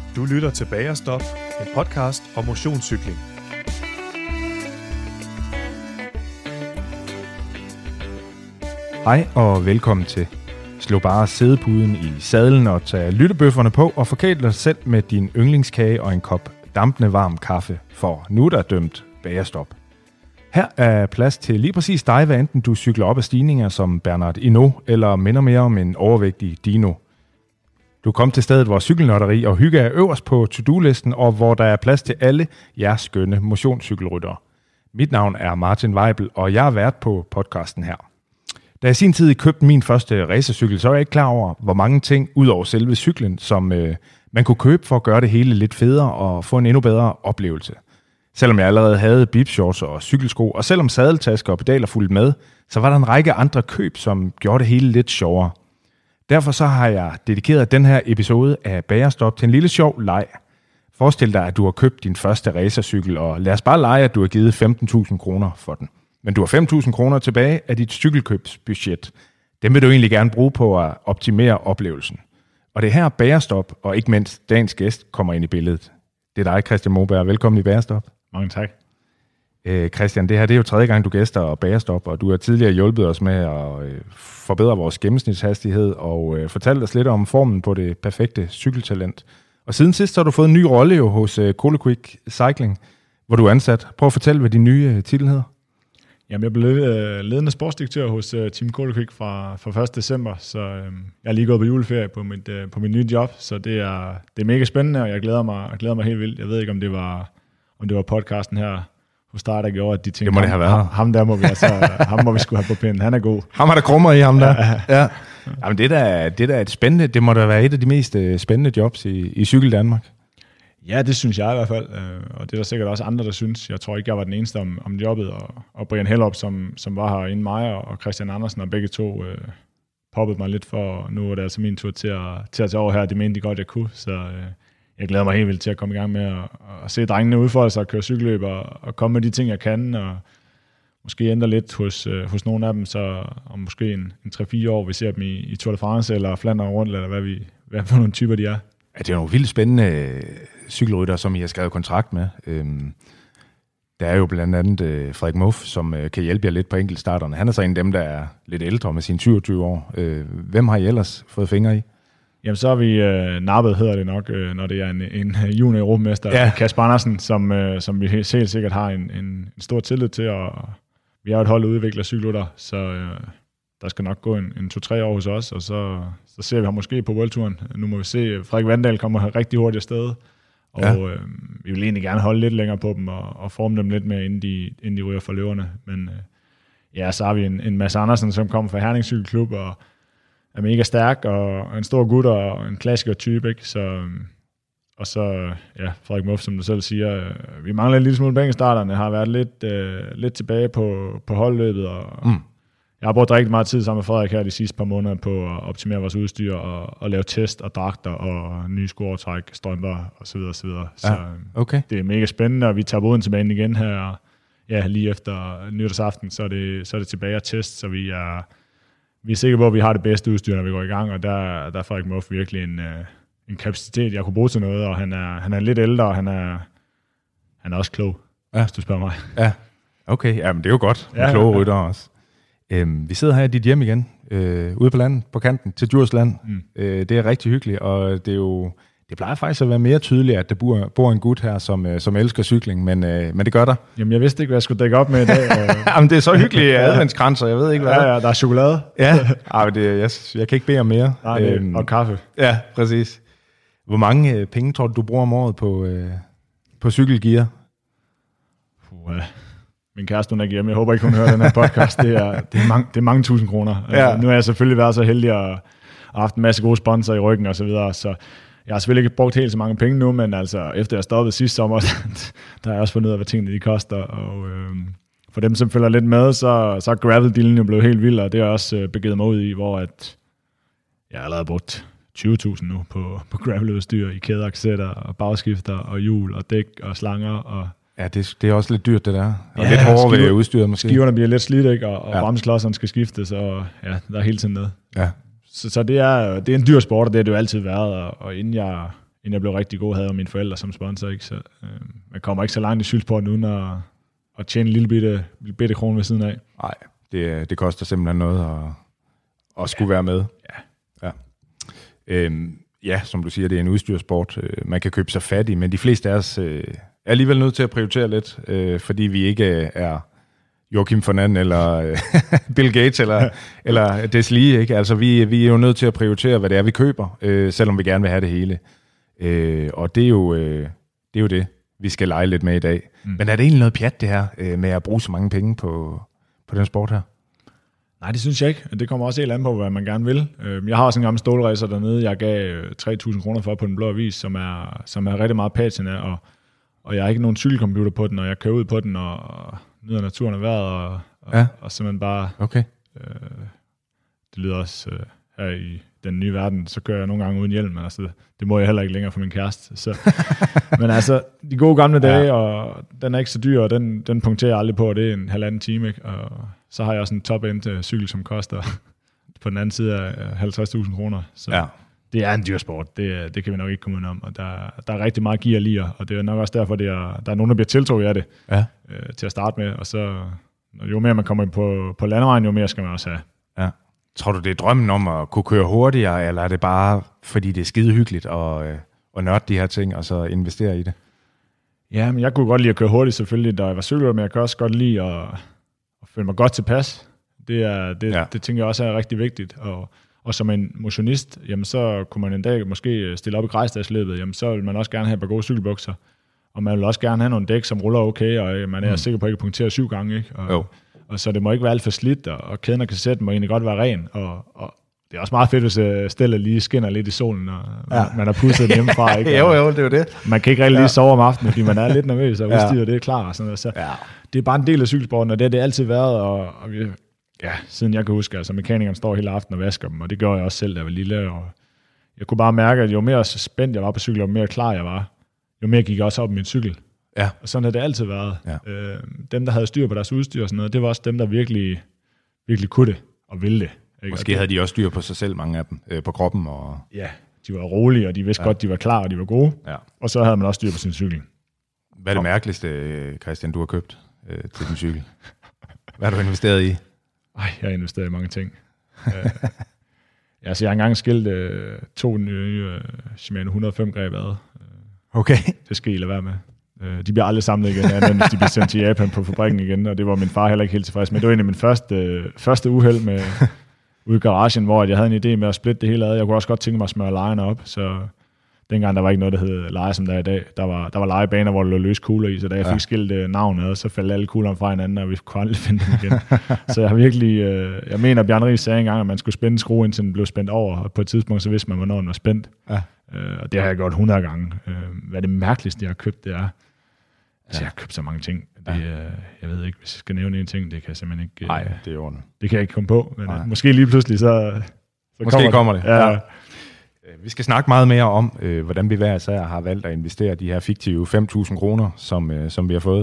Du lytter til Bagerstop, en podcast om motionscykling. Hej og velkommen til. Slå bare sædepuden i sadlen og tag lyttebøfferne på og forkæl dig selv med din yndlingskage og en kop dampende varm kaffe, for nu er der dømt Bagerstop. Her er plads til lige præcis dig, hvad enten du cykler op ad stigninger som Bernard Hinault eller minder mere om en overvægtig dino. Du kom til stedet, hvor cykelnotteri og hygge er øverst på to-do-listen, og hvor der er plads til alle jeres skønne motionscykelryttere. Mit navn er Martin Weibel, og jeg er vært på podcasten her. Da jeg i sin tid købte min første racercykel, så var jeg ikke klar over, hvor mange ting ud over selve cyklen, som man kunne købe for at gøre det hele lidt federe og få en endnu bedre oplevelse. Selvom jeg allerede havde bibshorts og cykelsko, og selvom sadeltasker og pedaler fulgte med, så var der en række andre køb, som gjorde det hele lidt sjovere. Derfor så har jeg dedikeret den her episode af Bagerstop til en lille sjov leg. Forestil dig, at du har købt din første racercykel, og lad os bare lege, at du har givet 15.000 kroner for den. Men du har 5.000 kroner tilbage af dit cykelkøbsbudget. Dem vil du egentlig gerne bruge på at optimere oplevelsen. Og det er her Bagerstop, og ikke mindst dagens gæst, kommer ind i billedet. Det er dig, Christian Moberg. Velkommen i Bagerstop. Mange tak. Christian, det her det er jo tredje gang, du gæster Bagerstop, og du har tidligere hjulpet os med at forbedre vores gennemsnitshastighed og fortalt os lidt om formen på det perfekte cykeltalent. Og siden sidst har du fået en ny rolle jo hos Colequick Cycling, hvor du er ansat. Prøv at fortælle, hvad din nye titel hedder. Jamen, jeg blev ledende sportsdirektør hos Team Colequick fra 1. december, så jeg er lige gået på juleferie på mit nye job, så det er mega spændende, og jeg glæder mig helt vildt. Jeg ved ikke, om det var podcasten her hos start, der gjorde, at de tænkte, det må det have været. Ham der må vi ham må vi skulle have på pinden. Han er god. Ham har der krummer i ham der. Ja. Jamen, det er da et spændende, det må da være et af de mest spændende jobs i Cykel Danmark. Ja, det synes jeg i hvert fald, og det er der sikkert også andre, der synes. Jeg tror ikke, jeg var den eneste om jobbet, og Brian Hellup, som var her inden mig, og Christian Andersen, og begge to poppede mig lidt for, nu er det altså min tur til at tage over her. Det mente de godt, jeg kunne, så jeg glæder mig helt vildt til at komme i gang med at se drengene udfolde sig og køre cykelløb, og komme med de ting, jeg kan, og måske ændre lidt hos nogle af dem, så om måske en 3-4 år, vi ser dem i Tour de France, eller Flandern rundt, eller hvad for nogle typer de er. Ja, det er nogle vildt spændende cykelrytter, som I har skrevet kontrakt med. Der er jo blandt andet Frederik Muff, som kan hjælpe jer lidt på enkeltstarterne. Han er så en af dem, der er lidt ældre med sine 27 år. Hvem har I ellers fået fingre i? Jamen, så har vi nappet, hedder det nok, når det er en junior-europamester, ja. Kasper Andersen, som vi helt sikkert har en stor tillid til, og vi er et hold, der udvikler cykelrytter, så der skal nok gå en 2-3 år hos os, og så ser vi ham måske på Worldtouren. Nu må vi se, Frederik Vandal kommer rigtig hurtigt afsted, og vi vil egentlig gerne holde lidt længere på dem, og forme dem lidt mere, inden de ryger for løverne. Men så har vi en Mads Andersen, som kommer fra Herning Cykelklub, og er mega stærk, og en stor gut, og en klassiker type, ikke? Og så Frederik Muff, som du selv siger, vi mangler en lille smule på enkeltstarterne, har været lidt tilbage på holdløbet, og jeg har brugt rigtig meget tid sammen med Frederik her de sidste par måneder på at optimere vores udstyr og lave test og dragter og nye skrueovertræk, strømper osv. Så okay. Det er mega spændende, og vi tager båden tilbage igen her, lige efter nytårsaften, så er det tilbage at teste, så vi er sikre på, at vi har det bedste udstyr, når vi går i gang, og der er Frederik Muff virkelig en kapacitet, jeg kunne bruge til noget, og han er lidt ældre, og han er også klog, hvis du spørger mig. Ja, okay. Jamen, det er jo godt med kloge rytter også. Vi sidder her i dit hjem igen, ude på landet, på kanten til Djursland. Det er rigtig hyggeligt, og det plejer faktisk at være mere tydeligt, at der bor en gut her, som elsker cykling, men det gør der. Jamen, jeg vidste ikke, hvad jeg skulle dække op med i dag. Jamen, det er så hyggelige adventskranser, jeg ved ikke hvad. Ja, der er chokolade. Ja, jeg kan ikke bede om mere. Nej, og kaffe. Ja, præcis. Hvor mange penge tror du bruger om året på cykelgear? Min kæreste, hun er hjemme. Jeg håber ikke, hun hører den her podcast. Det er mange tusind kroner. Ja. Nu har jeg selvfølgelig været så heldig at haft en masse gode sponsorer i ryggen og så videre, så jeg har selvfølgelig ikke brugt helt så mange penge nu, men altså efter jeg stoppede sidste sommer, der har jeg også fundet ud af, hvad tingene de koster, og for dem, som følger lidt med, så er gravel-dealen jo blevet helt vild, og det har jeg også begivet mig ud i, hvor at jeg har allerede brugt 20.000 nu på graveludstyr i kædeaksætter og bagskifter og hjul og dæk og slanger og ja, det er også lidt dyrt, det der. Og lidt hårdere ved udstyret måske. Skiverne bliver lidt slidt, ikke? Og bremseklodserne skal skiftes, og der er hele tiden noget. Ja. Så det er en dyr sport, og det har det jo altid været. Og inden inden jeg blev rigtig god, havde jeg mine forældre som sponsor, ikke? Så man kommer ikke så langt i cykelsporten uden at tjene en lille bitte krone ved siden af. Nej, det koster simpelthen noget at skulle være med. Ja, som du siger, det er en udstyrsport. Man kan købe sig fat i, men de fleste af os er alligevel nødt til at prioritere lidt, fordi vi ikke er Joachim von Anden eller Bill Gates eller deslige, ikke? Altså, vi er jo nødt til at prioritere, hvad det er, vi køber, selvom vi gerne vil have det hele. Og det er jo det, vi skal lege lidt med i dag. Men er det egentlig noget pjat, det her, med at bruge så mange penge på den sport her? Nej, det synes jeg ikke. Det kommer også helt an på, hvad man gerne vil. Jeg har også en gammel stålracer dernede, jeg gav 3.000 kroner for på Den Blå Avis, som er rigtig meget patina, og jeg har ikke nogen cykelcomputer på den, og jeg kører ud på den og nyder naturen og vejret, og simpelthen bare... Okay. Det lyder også her i den nye verden, så kører jeg nogle gange uden hjelm, men altså, det må jeg heller ikke længere for min kæreste. Så. Men altså, de gode gamle dage, og den er ikke så dyr, og den punkterer jeg aldrig på, og det er en 1,5 time, ikke? Og så har jeg også en top-end til cykel, som koster på den anden side af 50.000 kroner. Så det er en dyr sport, det kan vi nok ikke komme ud om, og der er rigtig meget gear lige, og det er nok også derfor, der er nogen, der bliver tiltrukket af det til at starte med, og så jo mere man kommer på landevejen, jo mere skal man også have. Ja. Tror du, det er drømmen om at kunne køre hurtigere, eller er det bare, fordi det er skide hyggeligt at nørde de her ting, og så investere i det? Ja, men jeg kunne godt lide at køre hurtigt selvfølgelig, da jeg var cykelrytter, men jeg kan også godt lide at føle mig godt tilpas. Det tænker jeg også er rigtig vigtigt. Og som en motionist, jamen så kunne man en dag måske stille op i grejsdagsløbet, jamen så vil man også gerne have et par gode cykelbukser, og man vil også gerne have nogle dæk, som ruller okay, og man er sikker på, at ikke punkterer 7 gange, ikke? Og så det må ikke være alt for slidt, og kæden og kassetten må egentlig godt være ren, og det er også meget fedt, hvis stillet lige skinner lidt i solen, og man har pusset den hjemmefra, ikke? jo, det er jo det. Man kan ikke rigtig lige sove om aftenen, fordi man er lidt nervøs, og udstyret det er klar, og sådan noget. Så det er bare en del af cykelsporten, og det har det altid været, og siden jeg kan huske, altså mekanikeren står hele aftenen og vasker dem, og det gør jeg også selv, da jeg var lille, og jeg kunne bare mærke, at jo mere spændt jeg var på cykel, jo mere klar jeg var, jo mere gik jeg også op i min cykel. Ja. Og sådan har det altid været. Ja. Dem, der havde styr på deres udstyr og sådan noget, det var også dem, der virkelig, virkelig kunne det og ville det. Ikke? Måske havde de også styr på sig selv, mange af dem, på kroppen. Og... Ja, de var rolige, og de vidste godt, de var klar, og de var gode. Ja. Og så havde man også styr på sin cykel. Hvad er det mærkeligste, Christian, du har købt til din cykel? Hvad har du investeret i? Jeg har investeret i mange ting. Altså, jeg har engang skilt 2 nye Shimano 105 greb ad. Okay. Det skal I lade være med. De bliver aldrig samlet igen, hvis de bliver sendt til Japan på fabrikken igen, og det var min far heller ikke helt tilfreds med. Det var egentlig min første uheld med ude i garagen, hvor jeg havde en idé med at splitte det hele ad. Jeg kunne også godt tænke mig at smøre lejerne op, så dengang der var ikke noget, der hed leje, som der er i dag. Der var lejebaner, hvor der lå løs kugler i, så da jeg fik skilt navnet ad, så faldt alle kuglerne fra hinanden, og vi kunne aldrig finde dem igen. Så jeg har virkelig, jeg mener, Bjørn Ries sagde engang, at man skulle spænde skrue, indtil den blev spændt over, og på et tidspunkt, så vidste man, hvornår den var spændt. Ja. Og det har jeg gjort 100 gange. Hvad det mærkeligste, jeg har købt, det er, altså, jeg har købt så mange ting. Jeg ved ikke, hvis jeg skal nævne en ting, det kan jeg simpelthen ikke... Nej, det er ordentligt. Det kan jeg ikke komme på, men måske lige pludselig, så måske kommer det. Ja. Vi skal snakke meget mere om, hvordan vi hver især har valgt at investere de her fiktive 5.000 kroner, som vi har fået.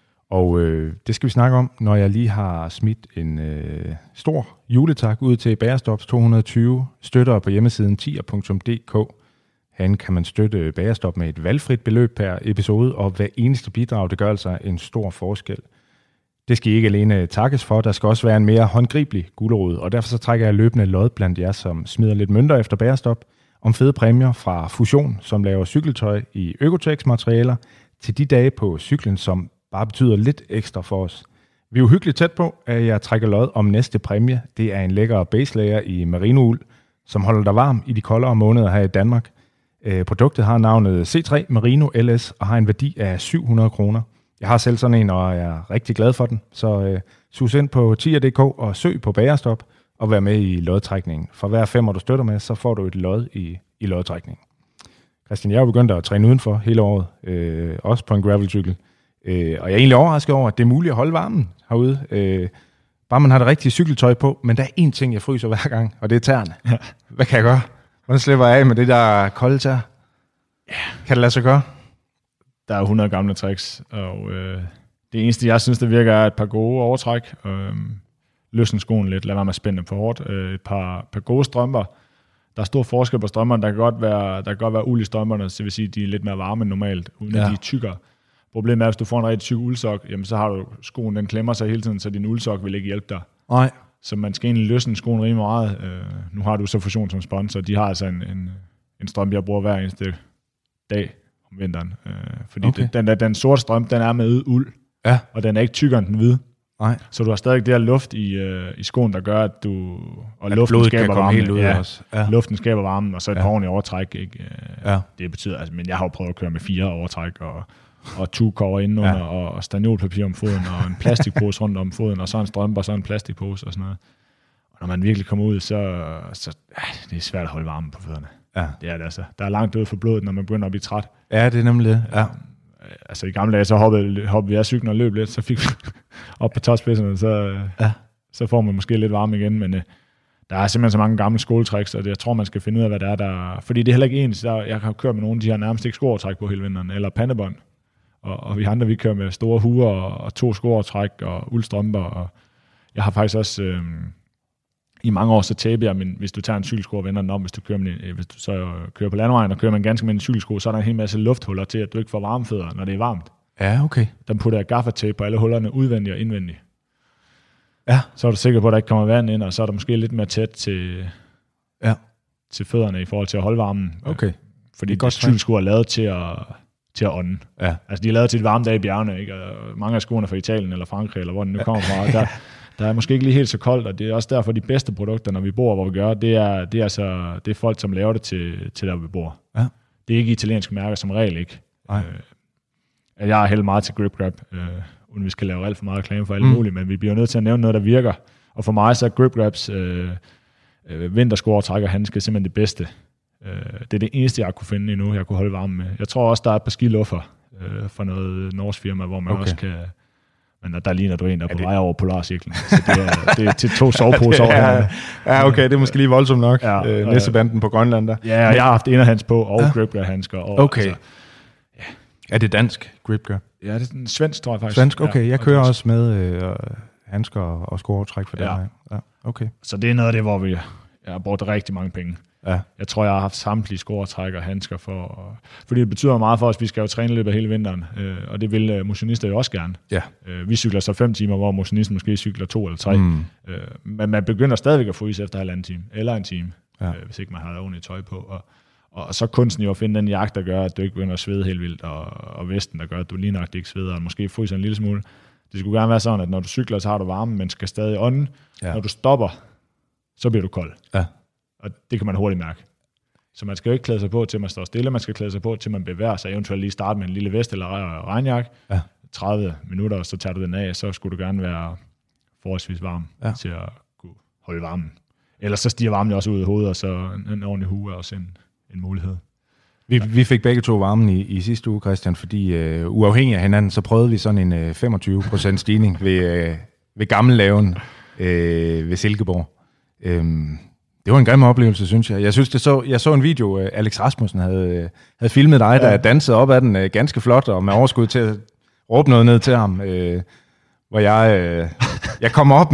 Og det skal vi snakke om, når jeg lige har smidt en stor juletak ud til Bagerstops 220 støttere på hjemmesiden tier.dk. Herinde kan man støtte Bagerstop med et valgfrit beløb per episode, og hver eneste bidrag, det gør altså en stor forskel. Det skal I ikke alene takkes for, der skal også være en mere håndgribelig gulerod, og derfor så trækker jeg løbende lod blandt jer, som smider lidt mønter efter Bagerstop, om fede præmier fra Fusion, som laver cykeltøj i Økotex-materialer, til de dage på cyklen, som bare betyder lidt ekstra for os. Vi er uhyggeligt tæt på, at jeg trækker lod om næste præmie. Det er en lækker baselayer i merinould, som holder dig varm i de koldere måneder her i Danmark. Produktet har navnet C3 Merino LS og har en værdi af 700 kroner. Jeg har selv sådan en, og jeg er rigtig glad for den. Så sus ind på tier.dk og søg på Bagerstop og vær med i lodtrækningen. For hver 5, du støtter med, så får du et lod i lodtrækningen. Christian, jeg er begyndt at træne udenfor hele året, også på en gravelcykel. Og jeg er egentlig overrasket over, at det er muligt at holde varmen herude. Bare man har det rigtige cykeltøj på, men der er én ting, jeg fryser hver gang, og det er tæerne. Ja. Hvad kan jeg gøre? Hvordan slipper jeg af med det der kolde tær? Ja. Kan det lade sig gøre? Der er 100 gamle tricks, og det eneste, jeg synes, der virker, er et par gode overtræk. Løsne skoen lidt, lad være med at spænde for hårdt. Et par gode strømper, Der er stor forskel på strømperne. Der kan godt være uld i strømperne, så det vil sige, at de er lidt mere varme end normalt, uden at de er tykkere. Problemet er, at hvis du får en rigtig tyk uldsok, jamen så har du skoen, den klemmer sig hele tiden, så din uldsok vil ikke hjælpe dig. Nej. Så man skal egentlig løsne skoen rimelig meget. Nu har du så Fusion som sponsor. De har altså en strømpe, jeg bruger hver eneste dag om vinteren. Fordi den sorte strømpe, den er med uld, og den er ikke tykkere end den hvide. Nej. Så du har stadig det her luft i skoen, der gør, at du... Og luften skaber varmen. Helt ud også. Ja. Luften skaber varmen, og så et ordentligt overtræk. Ikke? Det betyder, altså, men jeg har jo prøvet at køre med 4 overtræk, og 2 cover indenunder, og staniolpapir om foden, og en plastikpose rundt om foden, og så en strømpe, og så en plastikpose, og sådan noget. Og når man virkelig kommer ud, så det er svært at holde varmen på fødderne. Ja. Det er det altså. Der er langt ud for blodet, når man begynder at blive træt. Ja, det er nemlig det. Ja. Altså i gamle dage, så hoppede vi af cyklen og løb lidt, så fik vi op på topspidserne, så får man måske lidt varme igen, men der er simpelthen så mange gamle skoletricks, og jeg tror, man skal finde ud af, hvad det er, der... Fordi det er heller ikke ens. Jeg har kørt med nogle af de her nærmest ikke skoovertræk på hele vinteren, eller pandebånd, og vi andre, vi kører med store huer og 2 skoovertræk og uldstrømper, og jeg har faktisk også... I mange år så taber jeg, men hvis du tager en cykelsko og vender den om, hvis du så kører på landevejen og kører med en ganske mindre cykelsko, så er der en hel masse lufthuller til, at du ikke får varme fødder, når det er varmt. Ja, okay. Der putter jeg gaffatape på alle hullerne, udvendigt og indvendigt. Ja. Så er du sikker på, at der ikke kommer vand ind, og så er der måske lidt mere tæt til fødderne i forhold til at holde varmen. Okay. Fordi cykelsko er lavet til at ånde. Ja. Altså de er lavet til et varme dag i bjergene, ikke? Og mange af skoene fra Italien eller Frankrig, eller hvor den nu kommer fra, der er måske ikke lige helt så koldt, og det er også derfor, de bedste produkter, når vi bor, hvor vi gør, det er folk, som laver det til der, vi bor. Ja. Det er ikke italienske mærker, som regel ikke. Jeg er helt meget til Grip Grab, uden vi skal lave alt for meget reklame for alle mulige, men vi bliver nødt til at nævne noget, der virker. Og for mig så er Grip Grabs vinterskoovertræk og handske simpelthen det bedste. Det er det eneste, jeg kunne finde endnu, jeg kunne holde varme med. Jeg tror også, der er et par skiluffer fra noget norsk firma, hvor man også kan... Men der ligner du en, der er på vej over polarcirklen. Så det er til 2 soveposer over. Ja, okay, det er måske lige voldsomt nok. Nissebanden på Grønland der. Ja, jeg har haft inderhands på, og Grip Grab handsker. Okay. Altså, er det dansk, Grip Grab? Ja, det er en svensk, tror jeg faktisk. Svensk, okay. Jeg kører også med handsker og skoovertræk for det her. Ja, okay. Så det er noget af det, hvor jeg har brugt rigtig mange penge. Ja. Jeg tror, jeg har haft samtlige skoovertræk og handsker fordi det betyder meget for os, vi skal jo træne løbet hele vinteren, og det vil motionister jo også gerne. Ja. Vi cykler så 5 timer, hvor motionisten måske cykler 2 eller 3. Men man begynder stadigvæk at fryse efter 1,5 time, eller 1 time, hvis ikke man har ordentligt tøj på. Og så kunsten jo at finde den jagt, der gør, at du ikke begynder at svede helt vildt, og vesten, der gør, at du lige nok ikke sveder, og måske fryser en lille smule. Det skulle gerne være sådan, at når du cykler, så har du varme, men skal stadig ånde. Ja. Når du stopper, så bliver du kold. Ja. Og det kan man hurtigt mærke. Så man skal jo ikke klæde sig på, til man står stille. Man skal klæde sig på, til man bevæger sig. Eventuelt lige starte med en lille vest eller regnjakke. Ja. 30 minutter, og så tager du den af. Så skulle du gerne være forholdsvis varm til at kunne holde varmen. Ellers så stiger varmen også ud i hovedet, og så en ordentlig hue er også en mulighed. Vi fik begge 2 varmen i sidste uge, Christian, fordi uafhængig af hinanden, så prøvede vi sådan en 25% stigning ved Gammellaven ved Silkeborg. Det var en grim oplevelse, synes jeg. Jeg synes, jeg så en video, Alex Rasmussen havde filmet dig, der dansede op ad den ganske flot, og med overskud til at råbe noget ned til ham, hvor jeg kom op,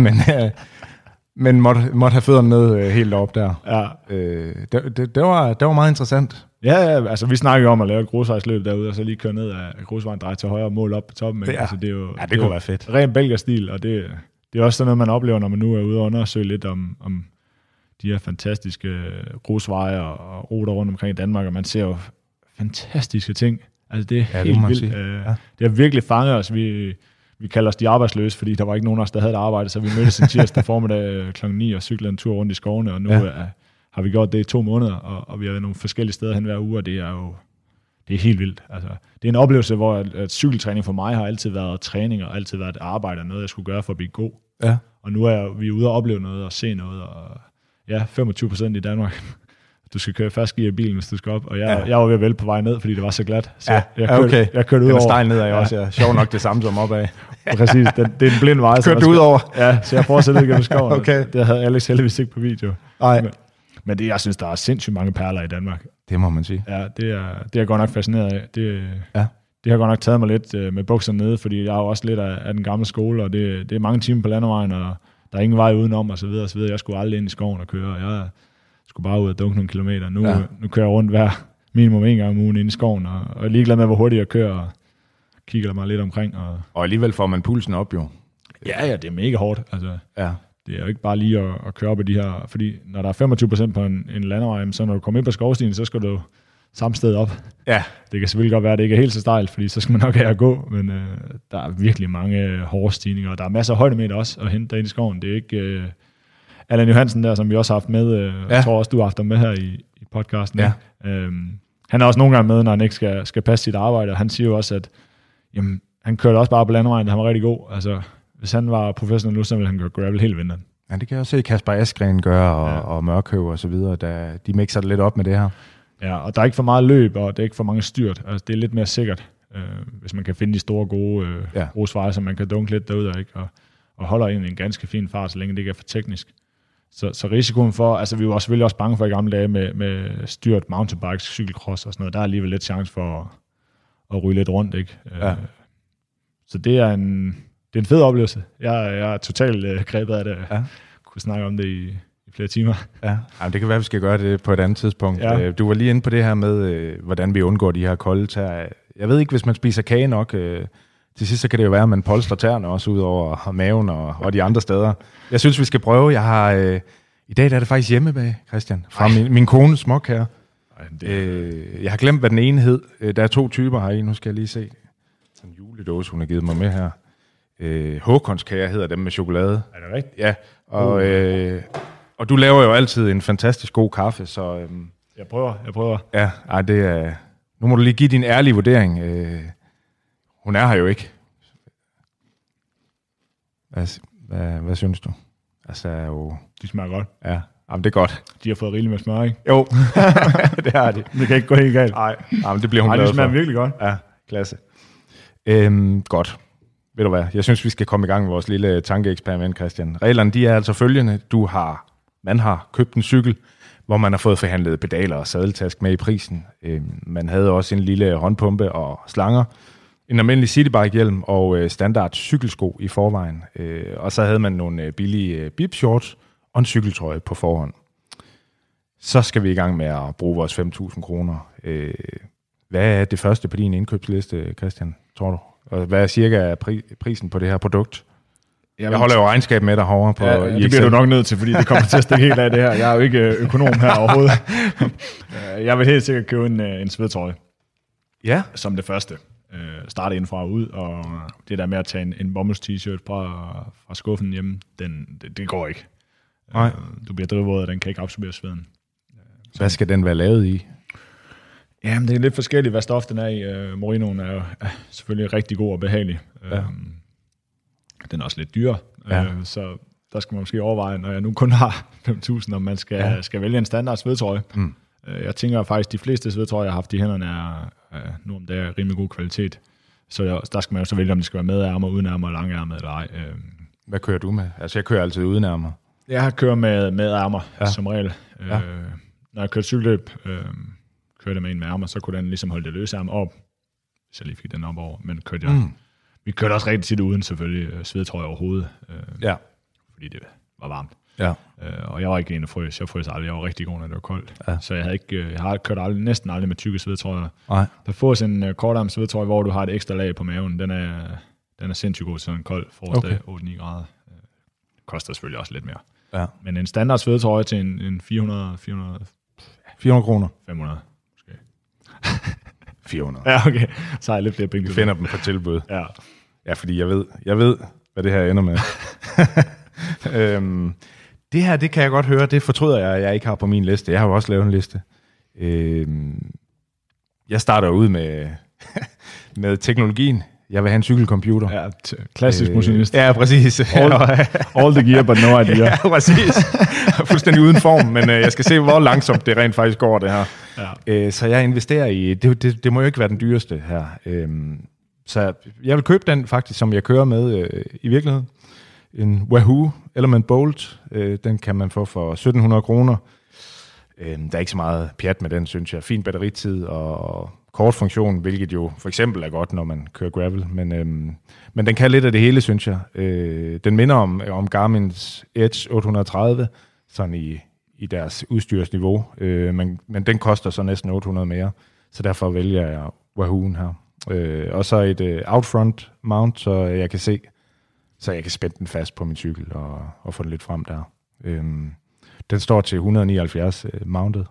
men måtte have fødderne ned helt op der. Ja. Det var meget interessant. Ja, altså vi snakker jo om at lave et grusvejsløb derude, og så lige køre ned af grusvejen, dreje til højre og mål op på toppen. Det kunne være fedt. Ren belgerstil, og det er også sådan noget, man oplever, når man nu er ude og undersøge lidt om de her fantastiske grusveje og ruter rundt omkring i Danmark, og man ser jo fantastiske ting. Altså det er helt vildt. Det har virkelig fanget os. Vi kalder os de arbejdsløse, fordi der var ikke nogen af os, der havde et arbejde, så vi mødtes en tirsdag formiddag kl. 9 og cyklede en tur rundt i skovene, og nu har vi gjort det i 2 måneder, og vi har været nogle forskellige steder hen hver uge, og det er helt vildt. Altså, det er en oplevelse, hvor at cykeltræning for mig har altid været træning, og altid været et arbejde, og noget, jeg skulle gøre for at blive god. Ja. Og nu er vi ude og opleve noget, og se noget, og 25% i Danmark. Du skal køre fast gear i bilen, hvis du skal op, og jeg var ved at vælge på vej ned, fordi det var så glat. Så jeg kørte ud over. Det var stejl nedad også, ja. Sjov nok det samme som opad. Præcis, det er en blind vej. Kørte du ud over? Ja, så jeg fortsætter gennem skoven. Okay. Det havde Alex heldigvis ikke på video. Men jeg synes, der er sindssygt mange perler i Danmark. Det må man sige. Ja, det er jeg godt nok fascineret af. Det har godt nok taget mig lidt med bukserne nede, fordi jeg er jo også lidt af den gamle skole, og det er mange timer på landevejen, og der er ingen vej udenom, og så videre, og så videre. Jeg skulle aldrig ind i skoven og køre. skulle bare ud og dunke nogle kilometer. Nu kører jeg rundt minimum en gang om ugen inde i skoven, og er ligeglad med, hvor hurtigt jeg kører, og kigger der mig lidt omkring. Og alligevel får man pulsen op, jo. Ja, det er mega hårdt. Altså, det er jo ikke bare lige at køre op i de her, fordi når der er 25% på en landevej, så når du kommer ind på skovstien, så skal du samme sted op. Ja. Det kan selvfølgelig godt være, at det ikke er helt så stejlt, fordi så skal man nok have at gå, men der er virkelig mange hårde stigninger, og der er masser af højdemeter også at hente derinde i skoven. Det er ikke Allan Johansen der, som vi også har haft med, jeg tror også, du har haft ham med her i podcasten. Ja. Han er også nogle gange med, når han ikke skal passe sit arbejde, og han siger jo også, at jamen, han kørte også bare på landevejen, han var rigtig god. Altså, hvis han var professionel nu, så ville han gøre gravel hele vinteren. Ja, det kan jeg også se Kasper Askren gøre, og Mørkøv og så videre, de mixer det lidt op med det her. Ja, og der er ikke for meget løb, og det er ikke for mange styrt. Altså, det er lidt mere sikkert, hvis man kan finde de store, gode svarer, som man kan dunke lidt derud af, ikke? Og holder egentlig en ganske fin fart, så længe det ikke er for teknisk. Så risikoen for, altså vi var selvfølgelig også bange for i gamle dage med styrt mountainbikes, cykelcross og sådan noget, der er alligevel lidt chance for at ryge lidt rundt, ikke? Ja. Så det er en fed oplevelse. Jeg er totalt grebet af det. Jeg kunne snakke om det i flere timer. Ja, jamen, det kan være, at vi skal gøre det på et andet tidspunkt. Ja. Du var lige inde på det her med, hvordan vi undgår de her kolde tær. Jeg ved ikke, hvis man spiser kage nok, til sidst så kan det jo være, at man polstrer tæerne også ud over maven og de andre steder. Jeg synes, vi skal prøve. Jeg har i dag der er det faktisk hjemmebag, Christian, fra min kones smok her. Jeg har glemt, hvad den ene hed. Der er 2 typer her i. Nu skal jeg lige se. Sådan en juledåse, hun har givet mig med her. Håkonskager hedder dem med chokolade. Er det rigtigt? Ja, og du laver jo altid en fantastisk god kaffe, så... Jeg prøver. Ja, det er... Nu må du lige give din ærlige vurdering. Hun er her jo ikke. Hvad synes du? Altså, jo... De smager godt. Ja, jamen, det er godt. De har fået rigeligt med smør, ikke? Jo, det har de. Det kan ikke gå helt galt. Nej, det bliver hun glad for. Det smager virkelig godt. Ja, klasse. Godt. Ved du hvad, jeg synes, vi skal komme i gang med vores lille tankeeksperiment, Christian. Reglerne, de er altså følgende. Man har købt en cykel, hvor man har fået forhandlet pedaler og sadeltask med i prisen. Man havde også en lille håndpumpe og slanger, en almindelig citybike-hjelm og standard cykelsko i forvejen. Og så havde man nogle billige bib-shorts og en cykeltrøje på forhånd. Så skal vi i gang med at bruge vores 5.000 kroner. Hvad er det første på din indkøbsliste, Christian, tror du? Og hvad er cirka prisen på det her produkt? Jeg holder jo regnskab med dig herovre på det bliver du nok nødt til, fordi det kommer til at stikke helt af det her. Jeg er jo ikke økonom her overhovedet. Jeg vil helt sikkert købe en svedtrøje. Ja. Som det første. Starte indfra og ud, og det der med at tage en bomulds t-shirt fra skuffen hjemme, det går ikke. Nej. Du bliver drivvåd, og den kan ikke absorbere sveden. Hvad skal den være lavet i? Jamen, det er lidt forskelligt, hvad stof den er i. Merinoen er jo selvfølgelig rigtig god og behagelig. Ja. Den er også lidt dyr, så der skal man måske overveje, når jeg nu kun har 5.000, om man skal vælge en standard svedtrøje. Mm. Jeg tænker faktisk, at de fleste svedtrøjer, jeg har haft i hænderne, er nu om dagen rimelig god kvalitet. Så der skal man jo så vælge, om det skal være med ærmer, uden ærmer, lang ærmer eller ej. Hvad kører du med? Altså, jeg kører altid uden ærmer. Jeg kører med ærmer, som regel. Når jeg kører cykelløb, kørte med en med ærmer, så kunne den ligesom holde det løse ærmer op, hvis jeg lige fik den op over. Men vi kørte også rigtig tit uden, selvfølgelig, svedtrøje overhovedet. Fordi det var varmt. Ja. Og jeg var ikke en, der frøs. Jeg frøs aldrig. Jeg var rigtig god, når det var koldt. Ja. Så jeg har kørt næsten aldrig med tykke svedtrøjer. Nej. Der fås en kortarm svedtrøje, hvor du har et ekstra lag på maven. Den er sindssygt god til sådan en kold forårsdag, 8-9 grader. Det koster selvfølgelig også lidt mere. Ja. Men en standard svedtrøje til en 400 kroner. 500 måske. 400. Ja, okay. Så har jeg lidt flere penge. Vi finder dem på tilbud. Ja, fordi jeg ved, hvad det her ender med. Det her, det kan jeg godt høre, det fortryder jeg ikke har på min liste. Jeg har jo også lavet en liste. Jeg starter ud med teknologien. Jeg vil have en cykelcomputer. Ja, klassisk motionist. Ja, præcis. All the gear, but no idea. Ja, præcis. Fuldstændig uden form, men jeg skal se, hvor langsomt det rent faktisk går, det her. Ja. Så jeg investerer i... Det må jo ikke være den dyreste her. Så jeg vil købe den faktisk, som jeg kører med i virkeligheden. En Wahoo Element Bolt. Den kan man få for 1.700 kroner. Der er ikke så meget pjat med den, synes jeg. Fin batteritid og kort funktion, hvilket jo for eksempel er godt, når man kører gravel. Men den kan lidt af det hele, synes jeg. Den minder om Garmin's Edge 830, sådan i deres udstyrsniveau, men den koster så næsten 800 mere, så derfor vælger jeg Wahoo'en her. Og så et outfront mount, så jeg kan spænde den fast på min cykel og få den lidt frem der. Den står til 179 mounted,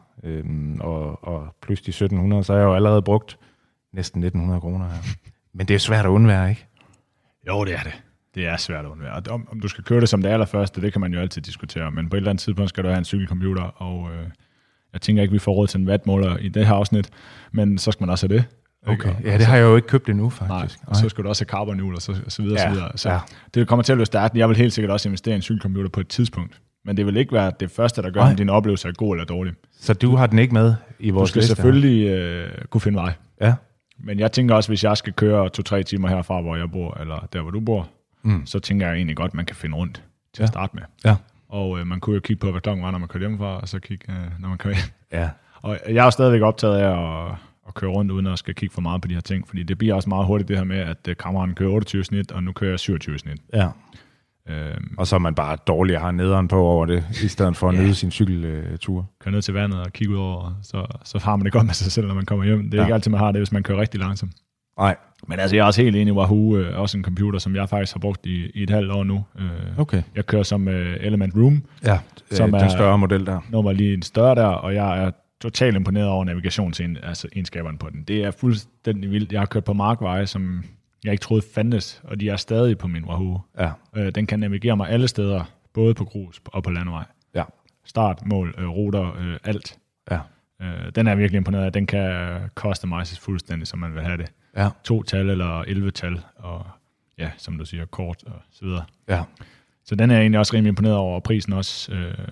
og plus de 1700, så har jeg jo allerede brugt næsten 1900 kroner her. Men det er svært at undvære, ikke? Jo, det er det. Det er svært at undvære. Om du skal køre det som det allerførste, det kan man jo altid diskutere, men på et eller andet tidspunkt skal du have en cykelcomputer, og jeg tænker ikke, vi får råd til en wattmåler i det her afsnit, men så skal man også have det. Okay, ja, det har jeg jo ikke købt endnu, faktisk. Nej, og så skal du også have carbonhjul, og så videre, så videre. Så det kommer til at blive stærkt. Jeg vil helt sikkert også investere i en cykelcomputer på et tidspunkt, men det vil ikke være det første, der gør, om din oplevelse er god eller dårlig. Så du har den ikke med i vores liste? Du skal selvfølgelig kunne finde vej. Ja. Men jeg tænker også, hvis jeg skal køre 2-3 timer herfra, hvor jeg bor, eller der, hvor du bor, så tænker jeg egentlig godt, man kan finde rundt til at starte med. Ja. Og man kunne jo kigge på, hvad klokken var, når man kørte hjemmefra, og så kigge, når man kører hjem. Ja. Og jeg er jo stadigvæk optaget af at køre rundt, uden at skal kigge for meget på de her ting, fordi det bliver også meget hurtigt det her med, at kammeraten kører 28 snit, og nu kører jeg 27 snit. Ja. Og så er man bare dårlig at have nederen på over det, i stedet for at nyde sin cykeltur. Køre ned til vandet og kigge ud over, så har man det godt med sig selv, når man kommer hjem. Det er ikke altid, man har det, hvis man kører rigtig langsomt. Nej. Men altså, jeg er også helt enig i Wahoo, også en computer, som jeg faktisk har brugt i et halvt år nu. Okay. Jeg kører som Element Room, som den større model der. Nummer lige en større der, og jeg er totalt imponeret over navigationsegenskaberne på den. Det er fuldstændig vildt. Jeg har kørt på markveje, som jeg ikke troede fandtes, og de er stadig på min Wahoo. Ja. Den kan navigere mig alle steder, både på grus og på landevej. Ja. Start, mål, ruter, alt. Ja. Den er virkelig imponeret af. Den kan customizes fuldstændig, som man vil have det. Ja. 2-tal eller 11-tal, og ja, som du siger, kort og så videre. Ja. Så den er jeg egentlig også rimelig imponeret over, og prisen også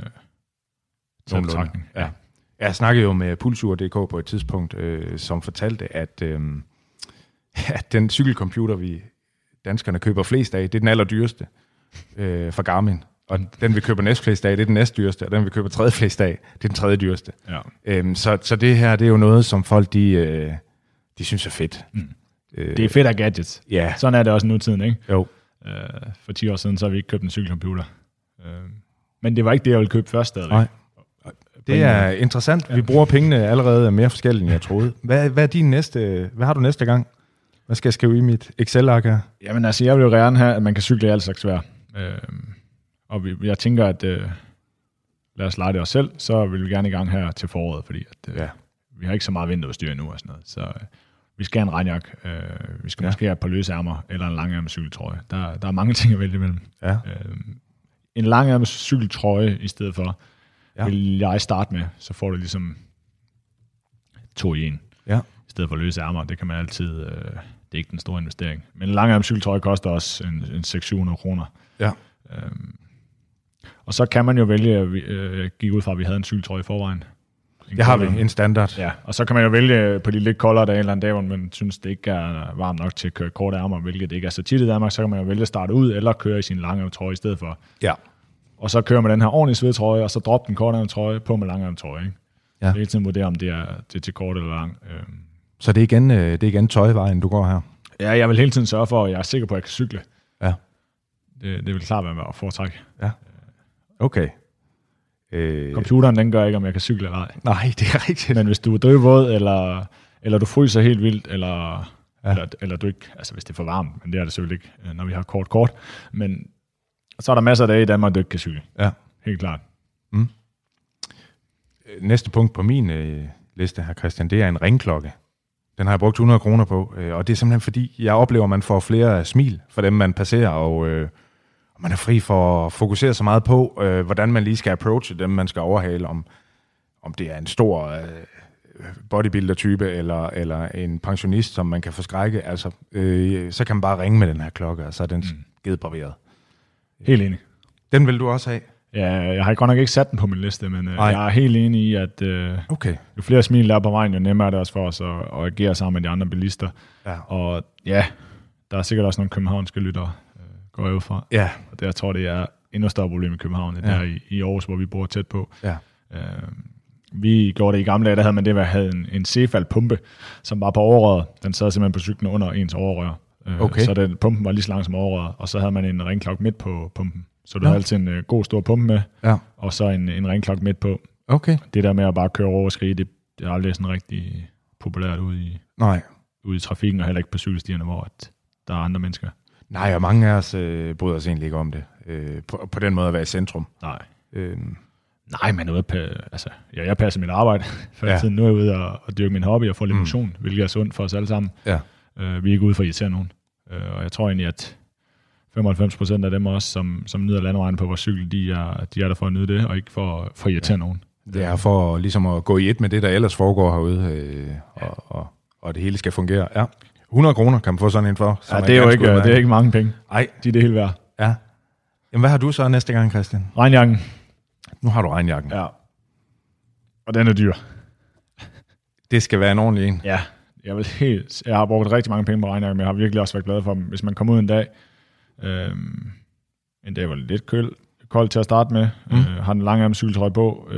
til betragtning. Ja. Jeg snakkede jo med Pulsur.dk på et tidspunkt, som fortalte, at den cykelcomputer, vi danskerne køber flest af, det er den allerdyreste fra Garmin. Og den, vi køber næstflest af, det er den næstdyreste, og den, vi køber tredje flest af, det er den tredje dyreste. Ja. Så det her, det er jo noget, som folk, de synes er fedt. Det er fedt af gadgets. Ja. Sådan er det også nutiden, ikke? Jo. For 10 år siden, så har vi ikke købt en cykelcomputer. Men det var ikke det, jeg ville købe først stadigvæk. Nej. Det er interessant. Ja. Vi bruger pengene allerede mere forskelligt, end jeg troede. Hvad er din næste? Hvad har du næste gang? Hvad skal jeg skrive i mit Excel-ark her? Jamen altså, jeg vil jo gerne have, at man kan cykle i alt slags vejr. Og jeg tænker, at lad os lege det os selv, så vil vi gerne i gang her til foråret, fordi at, vi har ikke så meget vinterudstyr endnu og sådan noget. Så vi skal have en regnjakke, vi skal måske have et par løse ærmer, eller en langærmet cykeltrøje. Der er mange ting at vælge imellem. Ja. En langærmet cykeltrøje i stedet for, vil jeg starte med, så får du ligesom 2 i 1. Ja. I stedet for løse ærmer, det kan man altid, det er ikke den store investering. Men en langærmet cykeltrøje koster også en 600-700 kroner. Ja. Og så kan man jo vælge, gik ud fra, at vi havde en cykeltrøje i forvejen. Det har vi, en standard. Ja, og så kan man jo vælge på de lidt koldere dage, eller en dag, hvor man synes, det ikke er varmt nok til at køre korte ærmer, hvilket det ikke er så tit i Danmark, så kan man jo vælge at starte ud, eller køre i sin langærmet trøje i stedet for. Ja. Og så kører man den her ordentlige svedtrøje, og så drop den korte trøje på med langærmet trøje. Ikke? Ja. Det er hele tiden vurdere, om det er til kort eller lang. Så det er igen tøjvejen, du går her? Ja, jeg vil hele tiden sørge for, at jeg er sikker på, at jeg kan cykle. Ja. Det vil klart være at foretrække. Ja. Okay. Computeren, den gør ikke, om jeg kan cykle eller ej. Nej, det er rigtigt. Men hvis du er drivvåd, eller du fryser helt vildt, eller du ikke, altså hvis det er for varmt, men det er det selvfølgelig ikke, når vi har kort, men så er der masser af dage i Danmark, du ikke kan cykle. Ja. Helt klart. Mm. Næste punkt på min liste her, Christian, det er en ringklokke. Den har jeg brugt 100 kroner på, og det er simpelthen fordi, jeg oplever, at man får flere smil for dem, man passerer, og man er fri for at fokusere så meget på, hvordan man lige skal approache dem, man skal overhale, om det er en stor bodybuilder-type, eller en pensionist, som man kan forskrække. Altså, så kan man bare ringe med den her klokke, og så er den givet braveret. Helt enig. Den vil du også have? Ja, jeg har godt nok ikke sat den på min liste, men jeg er helt enig i, at jo flere smil der er på vejen, jo nemmere er det også for os at agere sammen med de andre bilister. Ja. Og ja, der er sikkert også nogle københavnske lyttere, går jeg ud fra. Ja. Og det, jeg tror, det er endnu større problem i København, end der i Aarhus, hvor vi bor tæt på. Ja. Vi gjorde det i gamle dage, der havde man det, at havde en Cefal-pumpe, som var på overrøret. Den sad simpelthen på cyklen under ens overrør. Så pumpen var lige så lang som overrøret, og så havde man en ringklokke midt på pumpen, Så du har altid en god stor pumpe med, og så en ringklokke midt på. Okay. Det der med at bare køre over og skrige, det er aldrig sådan rigtig populært ude i trafikken, og heller ikke på cykelstierne, hvor der er andre mennesker. Nej, og mange af os bryder os egentlig ikke om det. På den måde at være i centrum. Nej. Nej, men jeg passer mit arbejde. Før tiden nu er jeg ude og dyrke min hobby og få lidt motion, hvilket er sundt for os alle sammen. Ja. Vi er ikke ude for at irritere nogen. Og jeg tror egentlig, at 95% af dem også, som nyder landevejen på vores cykel, de er der for at nyde det, og ikke for at irritere nogen. Det er for ligesom at gå i et med det, der ellers foregår herude, og det hele skal fungere. Ja. 100 kroner kan man få sådan en for. Ja, det er ikke mange penge. Nej. De er det hele værd. Ja. Jamen, hvad har du så næste gang, Christian? Regnjakken. Nu har du regnjakken. Ja. Og den er dyr. Det skal være en ordentlig en. Ja. Jeg har brugt rigtig mange penge på regnjakken, men jeg har virkelig også været glad for dem. Hvis man kommer ud en dag var det lidt koldt til at starte med, har den lange cykeltrøje på,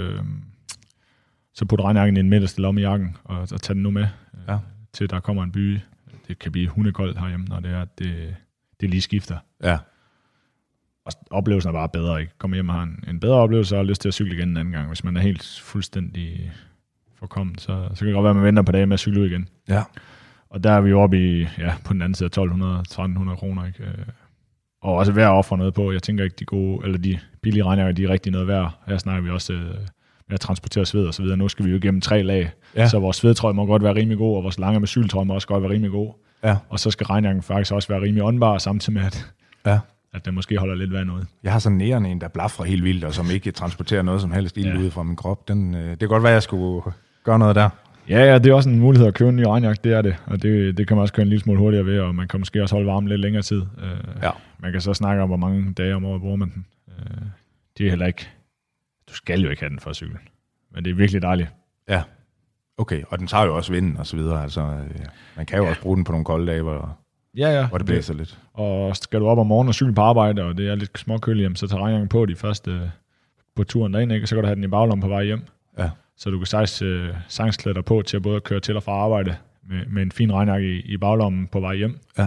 så putter regnjakken i den midterste lomme i jakken, og tager den nu med, til der kommer en by. Det kan blive hundekoldt herhjemme, når det lige skifter. Ja. Og oplevelsen er bare bedre, ikke? Kommer hjem og har en bedre oplevelse, og har lyst til at cykle igen en anden gang. Hvis man er helt fuldstændig forkommet, så kan det godt være, at man venter på dage med at cykle ud igen. Ja. Og der er vi jo oppe i, på den anden side af 1.200-1.300 kroner, ikke? Og også værd at ofre noget på. Jeg tænker ikke, de billige regnjakker, de er rigtig noget værd. Her snakker vi også med at transportere sved og så videre. Nu skal vi jo igennem 3 lag, så vores svedtrøje må godt være rimelig god, og vores lange med cykeltrøje må også godt være rimelig god. Ja. Og så skal regnjakken faktisk også være rimelig åndbar, samtidig med, at den måske holder lidt vand ud. Jeg har sådan en, der blafrer helt vildt, og som ikke transporterer noget som helst ild ud fra min krop. Det kan godt være, at jeg skulle gøre noget der. Ja, det er også en mulighed at købe en ny regnjakke, det er det. Og det kan man også køre en lille smule hurtigere ved, og man kan måske også holde varmen lidt længere tid. Man kan så snakke om, hvor mange dage om året bruger man den. Det er heller ikke... Du skal jo ikke have den for at cykle. Men det er virkelig dejligt. Ja, okay. Og den tager jo også vinden og så videre. Altså, man kan jo også bruge den på nogle kolde dage, hvor det blæser lidt. Og skal du op om morgenen og cykle på arbejde, og det er lidt småkøligt, så tager regnjakken på de første på turen derind, ikke? Og så kan du have den i baglommen på vej hjem. Ja. Så du kan sagtens klæde dig på til at både køre til og fra arbejde med en fin regnjakke i baglommen på vej hjem. Ja.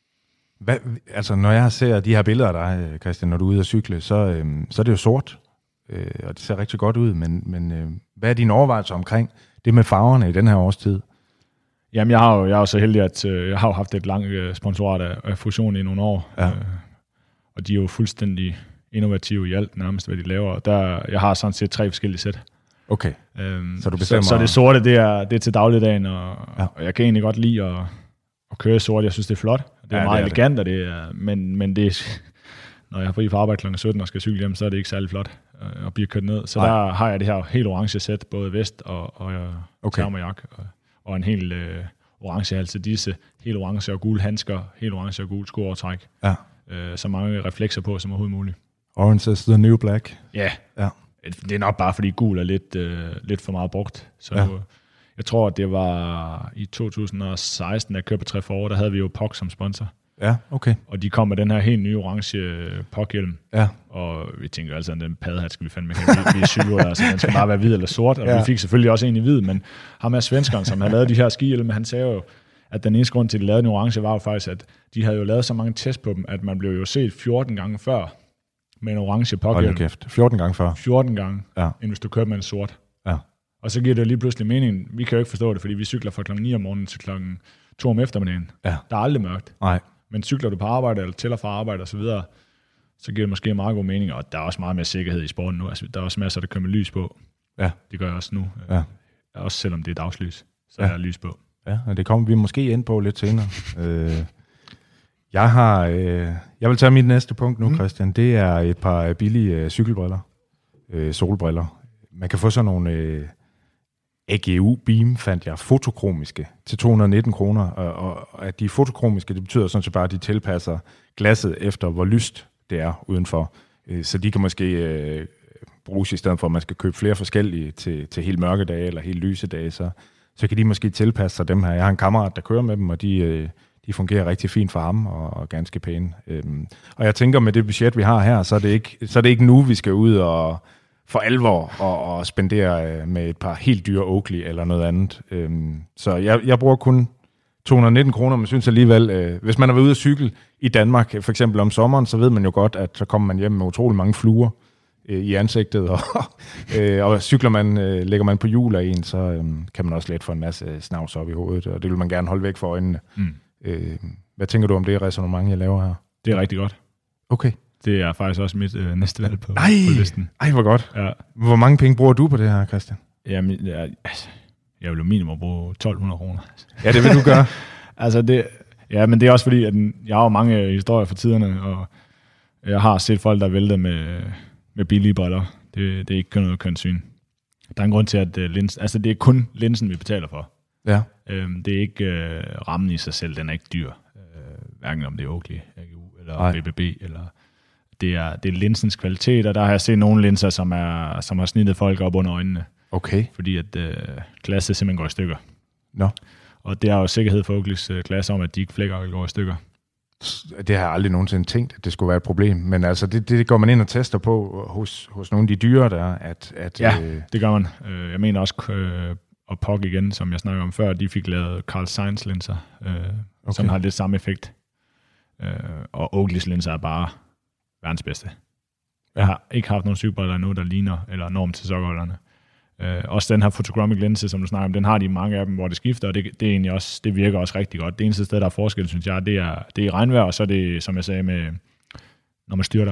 Når jeg ser de her billeder af dig, Christian, når du er ude at cykle, så er det jo sort, og det ser rigtig godt ud, men hvad er dine overvejelser omkring det med farverne i den her årstid? Jamen, jeg er jo så heldig, at jeg har haft et langt sponsorat af Fusion i nogle år, og de er jo fuldstændig innovative i alt, nærmest hvad de laver. Jeg har sådan set 3 forskellige sæt. Okay, så du bestemmer... Så det sorte, det er til dagligdagen, og jeg kan egentlig godt lide at køre sort. Jeg synes, det er flot. Det er meget elegant, og men det er, når jeg har fri fra arbejde kl. 17 og skal cykle hjem, så er det ikke særlig flot at blive kørt ned. Så der har jeg det her helt orange sæt, både vest og termojakke, og en helt orange hals til disse, helt orange og gule handsker, helt orange og gule skoovertræk. Ja. Så mange reflekser på som overhovedet muligt. Orange is the new black. Ja. Det er nok bare, fordi gul er lidt for meget brugt. Så jeg tror, at det var i 2016, da jeg kørte på 3 år, der havde vi jo POC som sponsor. Ja, okay. Og de kom med den her helt nye orange POC-hjelm. Ja. Og vi tænker altså, at den paddehat skal vi fandme have. Vi er syge, altså den skal bare være hvid eller sort. Og vi fik selvfølgelig også en i hvid, men ham er svenskeren, som havde lavet de her skihjelme, han sagde jo, at den eneste grund til, at de lavede den orange, var jo faktisk, at de havde jo lavet så mange tests på dem, at man blev jo set 14 gange før med en orange POC-hjelm. Hold kæft, 14 gange før. 14 gange, end hvis du kører med en sort. Ja. Og så giver det lige pludselig mening. Vi kan jo ikke forstå det, fordi vi cykler fra klokken 9 om morgenen til klokken 2 om eftermiddagen. Ja. Der er aldrig mørkt. Nej. Men cykler du på arbejde, eller til og fra arbejde og så videre, så giver det måske meget god mening, og der er også meget mere sikkerhed i sporten nu. Altså, der er også masser, der kører med lys på. Ja. Det gør jeg også nu. Ja. Også selvom det er dagslys, så er der lys på. Ja, og det kommer vi måske ind på lidt senere. Jeg vil tage mit næste punkt nu, Christian. Det er et par billige cykelbriller. Solbriller. Man kan få sådan nogle AGU Beam, fandt jeg, fotokromiske til 219 kroner. Og at de er fotokromiske, det betyder sådan set bare, at de tilpasser glasset efter, hvor lyst det er udenfor. Så de kan måske bruges i stedet for, at man skal købe flere forskellige til helt mørke dage eller helt lyse dage. Så kan de måske tilpasse sig dem her. Jeg har en kammerat, der kører med dem, og de fungerer rigtig fint for ham og ganske pæne. Og jeg tænker, med det budget, vi har her, så er det ikke nu, vi skal ud og for alvor og spendere med et par helt dyre Oakley eller noget andet. Så jeg bruger kun 219 kroner, men synes alligevel, hvis man er ude at cykle i Danmark, for eksempel om sommeren, så ved man jo godt, at så kommer man hjem med utrolig mange fluer i ansigtet, og cykler man, lægger man på hjul af en, så kan man også let få en masse snavs op i hovedet, og det vil man gerne holde væk for øjnene. Hvad tænker du om det ræsonnement, jeg laver her? Det er rigtig godt. Okay. Det er faktisk også mit næste valg på listen. Ej, hvor godt. Ja. Hvor mange penge bruger du på det her, Christian? Jamen, jeg vil jo minimum bruge 1.200 kroner. Ja, det vil du gøre. Men det er også fordi, at jeg har jo mange historier for tiderne, og jeg har set folk, der vælter med billige briller. Det er ikke kun noget kønt syn. Der er en grund til, at det er kun linsen, vi betaler for. Ja. Det er ikke rammen i sig selv, den er ikke dyr. Hverken om det er Oakley, AGU eller BBB, eller det er linsens kvalitet, og der har jeg set nogle linser, som har snittet folk op under øjnene. Okay. Fordi at glasset simpelthen går i stykker. Nå. Og det er jo sikkerhed for Oakleys glas om, at de ikke flækker går i stykker. Det har jeg aldrig nogensinde tænkt, at det skulle være et problem. Men altså, det går man ind og tester på hos nogle af de dyre, der at ja, det gør man. Jeg mener også, og POC igen, som jeg snakker om før, de fik lavet Carl Zeiss linser, som har lidt samme effekt. Og Oakleys linser er bare verdens bedste. Jeg har ikke haft nogen cykelbriller endnu, der ligner, eller norm til sokkerholderne. Også den her Photochromic linse, som du snakker om, den har de mange af dem, hvor det skifter, og det er egentlig også, det virker også rigtig godt. Det eneste sted, der er forskel, synes jeg, det er i regnvejr, og så er det, som jeg sagde, når man styrter.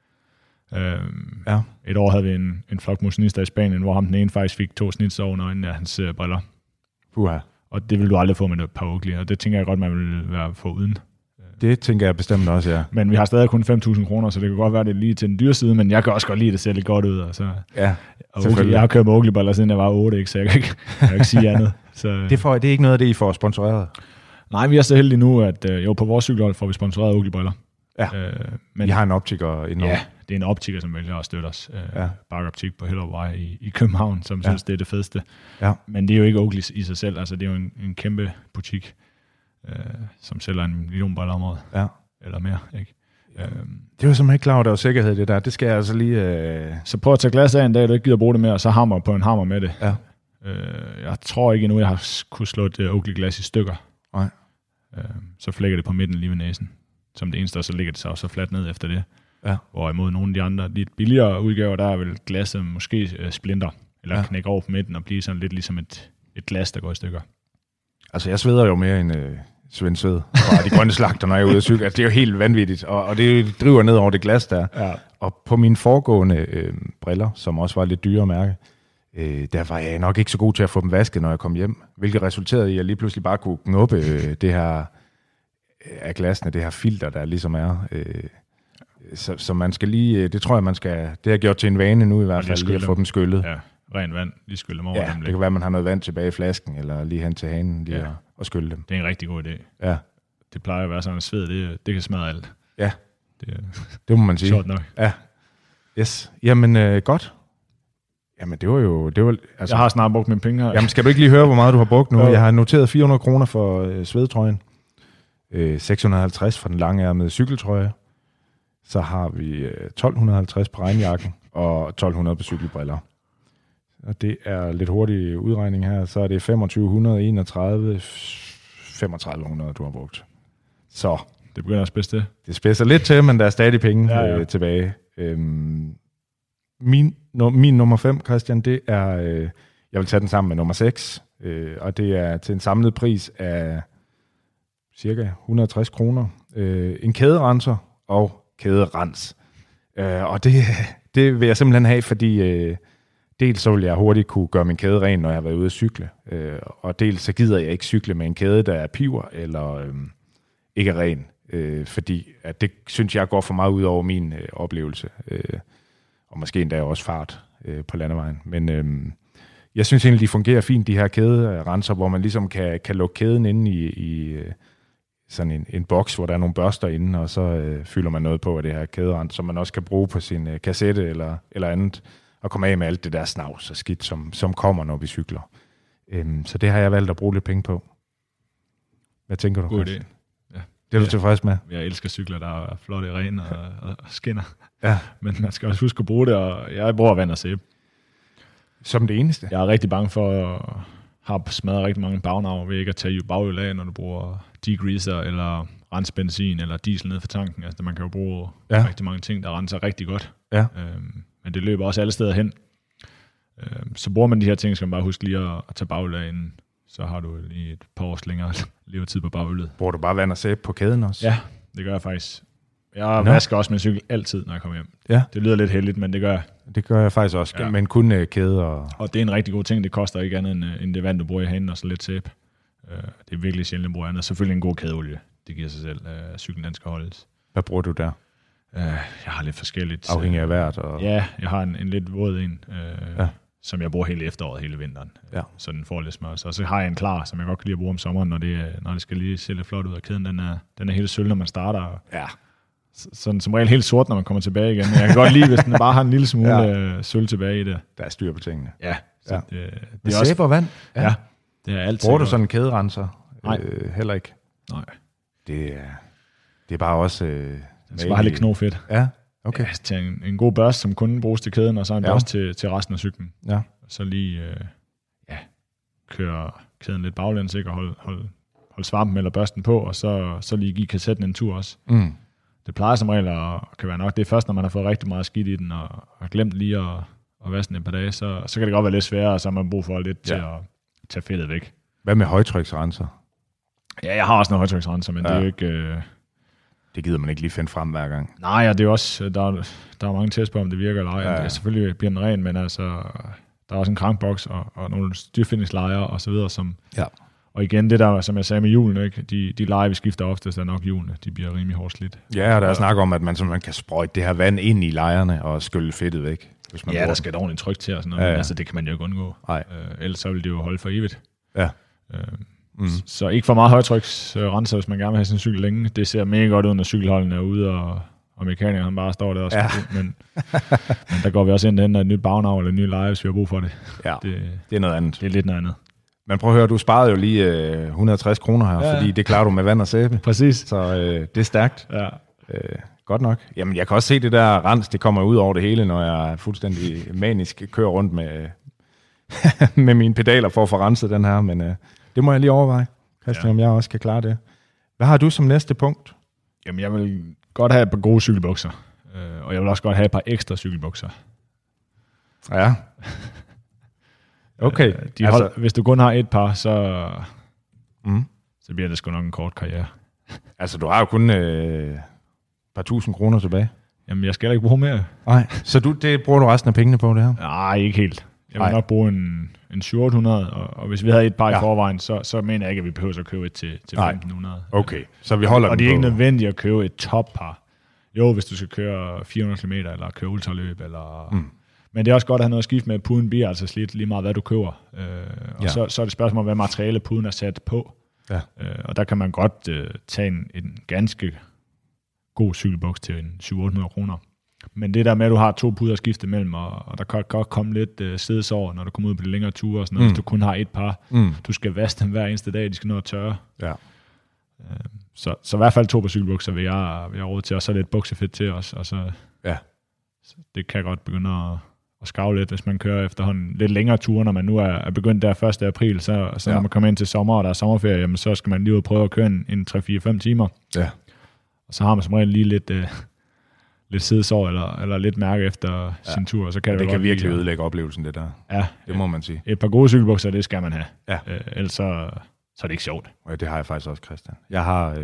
Et år havde vi en flok motionister i Spanien, hvor ham den ene faktisk fik 2 snits over øjnene af hans briller. Puha. Og det vil du aldrig få med et par Oakley, og det tænker jeg godt, man vil være få uden. Det tænker jeg bestemt også, ja. Men vi har stadig kun 5.000 kroner, så det kan godt være, det er lige til den dyre side, men jeg kan også godt lide, det ser lidt godt ud. Og så, ja, jeg har kørt med Oakley-briller, siden jeg var 8, ikke, så jeg kan ikke sige andet. Så. Det er ikke noget af det, I får sponsoreret? Nej, vi er så heldige nu, at på vores cykelhold får vi sponsoreret Oakley-briller. Ja, men I har en optiker indover. Ja, det er en optiker, som vælger at støtte os. Bakke Optik på Hellervej i København, som synes, det er det fedeste. Ja. Men det er jo ikke Oakley i sig selv, altså det er jo en kæmpe butik, som sælger 1 million briller om året. Ja. Eller mere, ikke? Det var simpelthen ikke klar over, der var sikkerhed i det der. Det skal jeg altså lige... Så prøv at tage glas af en dag, du ikke gider bruge det mere, og så hammer på en hammer med det. Ja. Jeg tror ikke endnu, jeg har kunne slå et Oakley-glas i stykker. Nej. Så flækker det på midten lige ved næsen. Som det eneste, og så ligger det så fladt ned efter det. Ja. Hvorimod nogle af de andre, lidt billigere udgaver, der er vel glasset måske splinter, eller knække over på midten, og blive sådan lidt ligesom et glas, der går i stykker. Altså, jeg sveder jo mere end Svend Sved fra de grønne slagter, når jeg er ude at cykle. Altså, det er jo helt vanvittigt, og det driver ned over det glas der. Ja. Og på mine foregående briller, som også var lidt dyre at mærke, der var jeg nok ikke så god til at få dem vasket, når jeg kom hjem. Hvilket resulterede i, at jeg lige pludselig bare kunne knuppe det her af glasene, det her filter, der ligesom er. Så man skal lige, det tror jeg, man skal, det har jeg gjort til en vane nu i hvert fald, lige at få dem skyllet. Ja, ren vand, lige skylle dem over dem. Det kan være, man har noget vand tilbage i flasken, eller lige hen til hanen lige og skylle dem. Det er en rigtig god idé. Ja. Det plejer at være sådan en sved, det kan smadre alt. Ja, det må man sige. Sjovt nok. Ja. Yes. Jamen, godt. Jamen, det var altså, jeg har snart brugt mine penge her. Jamen, skal du ikke lige høre, hvor meget du har brugt nu? Jeg har noteret 400 kroner for svedtrøjen. 650 for den langærmede cykeltrøje. Så har vi 1250 på regnjakken og 1200 på cykelbriller. Og det er lidt hurtig udregning her. Så er det 2531, 3500, du har brugt. Så det begynder at spidse til. Det spidser lidt til, men der er stadig penge tilbage. Min nummer 5, Christian, det er... jeg vil tage den sammen med nummer 6. Og det er til en samlet pris af cirka 160 kroner. En kæderenser og kæderens. Og det vil jeg simpelthen have, fordi dels så vil jeg hurtigt kunne gøre min kæde ren, når jeg har været ude at cykle. Og dels så gider jeg ikke cykle med en kæde, der er piver eller ikke er ren. Fordi at det synes jeg går for meget ud over min oplevelse. Og måske endda også fart på landevejen. Men jeg synes egentlig, de fungerer fint, de her kæderenser, hvor man ligesom kan lukke kæden inde i sådan en boks, hvor der er nogle børster inde, og så fylder man noget på af det her kæderens, som man også kan bruge på sin kassette eller andet, og komme af med alt det der snavs og skidt, som kommer, når vi cykler. Så det har jeg valgt at bruge lidt penge på. Hvad tænker du? God idé. Ja. Det er du tilfreds med? Jeg elsker cykler, der er flotte, ren og skinner. Ja. Men man skal også huske at bruge det, og jeg bruger vand og sæbe. Som det eneste? Jeg er rigtig bange for at har smadret rigtig mange bagnaver ved ikke at tage baghjul af, når du bruger degreaser eller rense benzin eller diesel ned for tanken. Altså man kan jo bruge rigtig mange ting, der renser rigtig godt. Ja. Men det løber også alle steder hen. Så bruger man de her ting, skal man bare huske lige at tage baghjul af inden. Så har du lige et par års længere levetid på baghjulet. Bruger du bare vand og sæbe på kæden også? Ja, det gør jeg faktisk. Jeg vasker også min cykel altid, når jeg kommer hjem. Ja. Det lyder lidt heldigt, men det gør jeg. Det gør jeg faktisk også, men kun kæde og det er en rigtig god ting. Det koster ikke andet end det vand, du bruger i hænden og så lidt sæbe. Det er virkelig sjældent, at bruge andet. Selvfølgelig en god kædeolie. Det giver sig selv, at cyklen den skal holdes. Hvad bruger du der? Jeg har lidt forskelligt. Afhængig af vejret? Og... Ja, jeg har en lidt våd en, som jeg bruger hele efteråret, hele vinteren. Ja. Så den får lidt smør. Så har jeg en klar, som jeg godt kan lide at bruge om sommeren, når det skal lige se lidt flot ud af kæden. Den er helt sølv, når man starter. Ja. Sådan som regel helt sort, når man kommer tilbage igen. Men jeg kan godt lide, hvis den bare har en lille smule sølv tilbage i det. Der er styr på tingene. Ja. Så det er sæbe og vand? Ja. Det er altid. Bruger du sådan en kæderenser? Nej. Heller ikke? Nej. Det er bare også... den skal bare have lidt knofedt. Ja, okay. Ja, til en god børste, som kun bruges til kæden, og så en børste til resten af cyklen. Ja. Så lige køre kæden lidt baglæns, ikke? Og holde svampen eller børsten på, og så lige give kassetten en tur også. Mm. Det plejer som regel at kan være nok. Det er først, når man har fået rigtig meget skidt i den, og har glemt lige at vaske den et par dage, så kan det godt være lidt sværere, og så har man brug for lidt til at tage fedtet væk. Hvad med højtryksrenser? Ja, jeg har også noget højtryksrenser, men det er jo ikke... Det gider man ikke lige finde frem hver gang. Nej, og det er også... Der er mange test på, om det virker eller ej. Ja. Selvfølgelig bliver den ren, men altså... Der er også en krankboks og nogle styrfindingslejer og så videre, som... Ja. Og igen, det der, som jeg sagde med hjulene, ikke? De lejer, vi skifter oftest, er nok hjulene. De bliver rimelig hårdt slidt. Ja, og der er snak om, at man kan sprøjte det her vand ind i lejerne og skylle fedtet væk. Hvis man der skal et ordentligt tryk til og sådan noget. Ja. Men altså, det kan man jo ikke undgå. Ellers så vil det jo holde for evigt. Ja. Så ikke for meget højtryksrenser, hvis man gerne vil have sin cykel længe. Det ser mega godt ud, når cykelholden er ude, og mekanikeren bare står der og skal ud. Men der går vi også ind og et nyt bagnav eller en ny leje, hvis vi har brug for det. Ja, det er noget andet. Det er lidt noget andet. Men prøv at høre, du sparede jo lige 160 kroner her, fordi det klarer du med vand og sæbe. Præcis. Så det er stærkt. Ja. Godt nok. Jamen, jeg kan også se det der rens, det kommer ud over det hele, når jeg er fuldstændig manisk kører rundt med mine pedaler for at få renset den her. Men det må jeg lige overveje, Christian, om jeg også kan klare det. Hvad har du som næste punkt? Jamen, jeg vil godt have et par gode cykelbukser. Og jeg vil også godt have et par ekstra cykelbukser. Ja. Okay. Hvis du kun har et par, så bliver det sgu nok en kort karriere. Altså, du har jo kun et par tusind kroner tilbage. Jamen, jeg skal ikke bruge mere. Nej, så det bruger du resten af pengene på, det her? Nej, ikke helt. Jeg vil nok bruge en 700, og hvis vi havde et par i forvejen, så mener jeg ikke, at vi behøver at købe et til 1500. Okay, så vi holder og det er ikke nødvendigt at købe et toppar. Jo, hvis du skal køre 400 km, eller køre ultraløb, eller... Men det er også godt at have noget at skifte med, puden bliver altså slidt lige meget, hvad du køber. Og så er det spørgsmål, hvad materiale puden er sat på. Ja. Og der kan man godt tage en ganske god cykelbuks til en 700-800 kroner. Men det der med, at du har 2 puder at skifte mellem, og der kan godt komme lidt sidesår, når du kommer ud på de længere ture og sådan noget, hvis du kun har et par. Du skal vaske dem hver eneste dag, de skal nå at tørre. Ja. Så i hvert fald 2 par cykelbukser vil jeg have råd til, og så lidt buksefedt til os. Og så det kan godt begynde at skave lidt, hvis man kører efterhånden lidt længere ture, når man nu er begyndt der 1. april, så når man kommer ind til sommer, og der er sommerferie, jamen, så skal man lige ud og prøve at køre en 3-4-5 timer. Ja. Og så har man som regel lige lidt sidesår, eller lidt mærke efter sin tur. Så kan det kan virkelig ødelægge oplevelsen, det der. Ja. Det må man sige. Et par gode cykelbukser, det skal man have. Ja. Ellers så er det ikke sjovt. Ja, det har jeg faktisk også, Christian. Jeg har...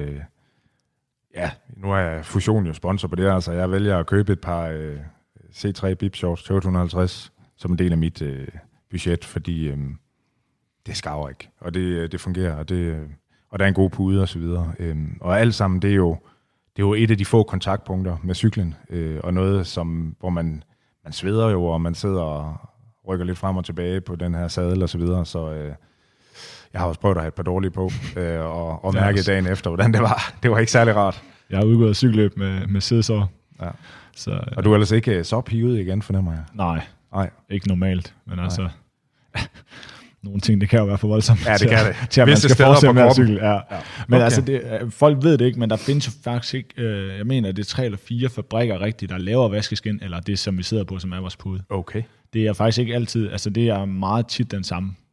nu er jeg Fusion jo sponsor på det her, så jeg vælger at købe et par... C3 Bip Shorts 250 som en del af mit budget, fordi det skarver ikke, og det fungerer, og der er en god pude og så videre. Og alt sammen, det er jo et af de få kontaktpunkter med cyklen, og noget, hvor man sveder jo, og man sidder og rykker lidt frem og tilbage på den her sadel og så videre, så jeg har også prøvet at have et par dårlige på, og mærke dagen efter, hvordan det var. Det var ikke særlig rart. Jeg har udgået cykelløb med sidesår. Ja. Så, og du er ellers ikke så pivet igen, fornemmer jeg? Nej, ikke normalt, men altså... Nogle ting, det kan jo være for voldsomt. Ja, det kan det. Til at man skal fortsætte med at cykle. Ja. Men okay. Altså, folk ved det ikke, men der findes jo faktisk ikke... jeg mener, det er 3 eller 4 fabrikker rigtigt, der laver vaskeskin, eller det, som vi sidder på, som er vores pude. Okay. Det er faktisk ikke altid... Altså, det er meget tit den samme.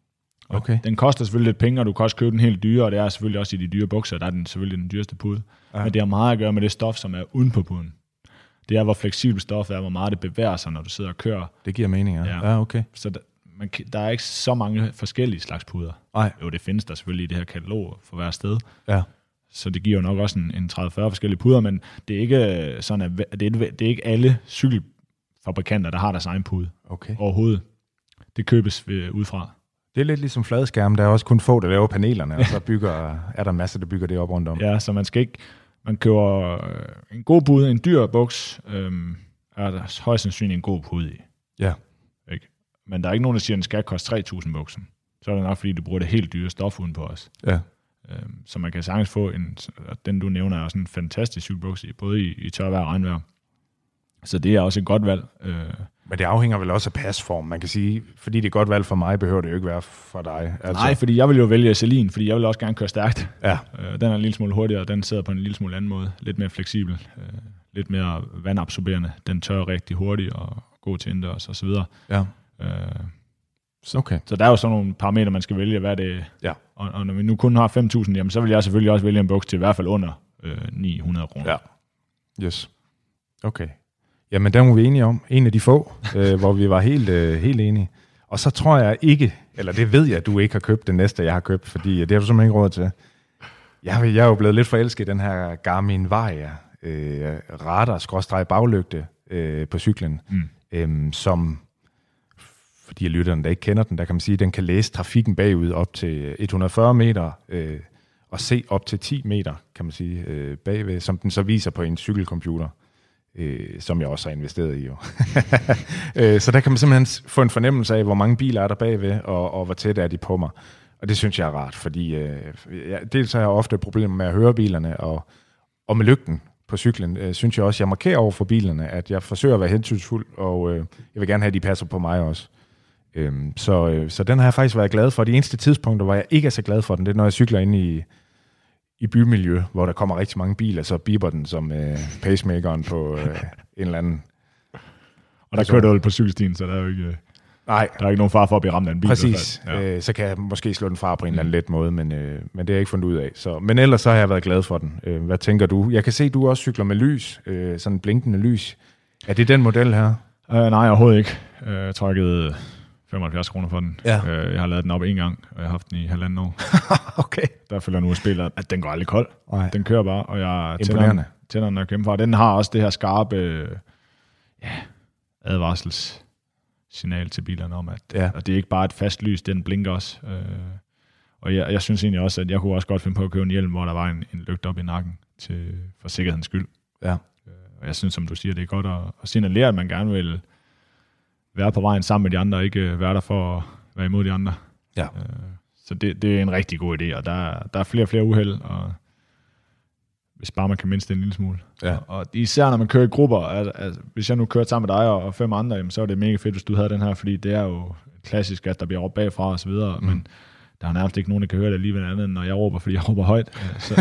Okay. Den koster selvfølgelig lidt penge, og du kan også købe den helt dyre, og det er selvfølgelig også i de dyre bukser, der er den selvfølgelig den dyreste pude. Ja. Men det har meget at gøre med det stof, som er uden på puden. Det er, hvor fleksibelt stof er, hvor meget det bevæger sig, når du sidder og kører. Det giver mening, ja okay. Så der er ikke så mange forskellige slags puder. Nej. Jo, det findes der selvfølgelig i det her katalog for hver sted. Ja. Så det giver jo nok også en 30-40 forskellige puder, men det er ikke sådan, at det er ikke alle cykelfabrikanter, der har deres egen pude overhovedet. Det købes udefra. Det er lidt ligesom fladskærm, der er også kun få, der laver panelerne, og så er der masser, der bygger det op rundt om. Ja, så man køber en god pude, en dyr buks, er der højst sandsynligt en god pude i. Ja. Ikke? Men der er ikke nogen, der siger, at den skal koste 3.000 buksen. Så er det nok, fordi du bruger det helt dyre stof uden på os. Ja. Så man kan sagtens få den du nævner er også en fantastisk cykelbuks, både i tørvejr og regnvejr. Så det er også et godt valg. Men det afhænger vel også af pasform. Man kan sige, fordi det er et godt valg for mig, behøver det jo ikke være for dig. Altså. Nej, fordi jeg vil jo vælge Celine, fordi jeg vil også gerne køre stærkt. Ja. Den er en lille smule hurtigere, den sidder på en lille smule anden måde. Lidt mere fleksibel, lidt mere vandabsorberende. Den tør rigtig hurtigt og god til indendørs og så videre. Ja. Så der er jo sådan nogle parametre, man skal vælge, hvad det er. Og når vi nu kun har 5.000, jamen, så vil jeg selvfølgelig også vælge en buks til i hvert fald under 900 kroner. Ja. Yes. Okay. Jamen, der var vi enige om. En af de få, hvor vi var helt enige. Og så tror jeg ikke, eller det ved jeg, at du ikke har købt det næste, jeg har købt, fordi det har du simpelthen ikke råd til. Jeg er jo blevet lidt forelsket i den her Garmin Varia radar-baglygte på cyklen, som, fordi jeg lytterne, der ikke kender den, der kan man sige, at den kan læse trafikken bagud op til 140 meter, og se op til 10 meter, kan man sige, bagved, som den så viser på en cykelcomputer. Som jeg også har investeret i. Jo. Så der kan man simpelthen få en fornemmelse af, hvor mange biler er der bagved, og hvor tæt er de på mig. Og det synes jeg er rart, fordi dels har jeg ofte problemer med at høre bilerne, og med lygten på cyklen, synes jeg også, jeg markerer over for bilerne, at jeg forsøger at være hensynsfuld, og jeg vil gerne have, at de passer på mig også. Så den har jeg faktisk været glad for. De eneste tidspunkter, hvor jeg ikke er så glad for den, det er, når jeg cykler ind i bymiljø, hvor der kommer rigtig mange biler, så biber den som pacemakeren på en eller anden. Og der kører du på cykelstien, så der er jo ikke, der er ikke nogen far for at blive ramt af en bil. Præcis. Ja. Så kan jeg måske slå den fra på en eller anden let måde, men det har jeg ikke fundet ud af. Men ellers så har jeg været glad for den. Hvad tænker du? Jeg kan se, at du også cykler med lys, sådan blinkende lys. Er det den model her? Nej, overhovedet ikke. Jeg tror, jeg givet 75 kroner for den. Ja. Jeg har lavet den op en gang, og jeg har haft den i 1,5 år. Okay. Der følger nu og spiller, at den går aldrig kold. Nej. Den kører bare, og jeg tænder den og kæmper. Den har også det her skarpe advarselssignal til bilerne om, at det er ikke bare et fast lys, den blinker også. Og jeg synes egentlig også, at jeg kunne også godt finde på at købe en hjelm, hvor der var en lygte op i nakken for sikkerhedens skyld. Ja. Og jeg synes, som du siger, det er godt at signalere, at man gerne vil være på vejen sammen med de andre, og ikke være der for at være imod de andre. Ja. Så det er en rigtig god idé, og der er flere og flere uheld, og hvis bare man kan mindste en lille smule. Ja. Og især når man kører i grupper, hvis jeg nu kører sammen med dig og 5 andre, jamen, så er det mega fedt, hvis du havde den her, fordi det er jo klassisk, at der bliver råbt bagfra og så videre, men der er nærmest ikke nogen, der kan høre det alligevel andet, end når jeg råber, fordi jeg råber højt.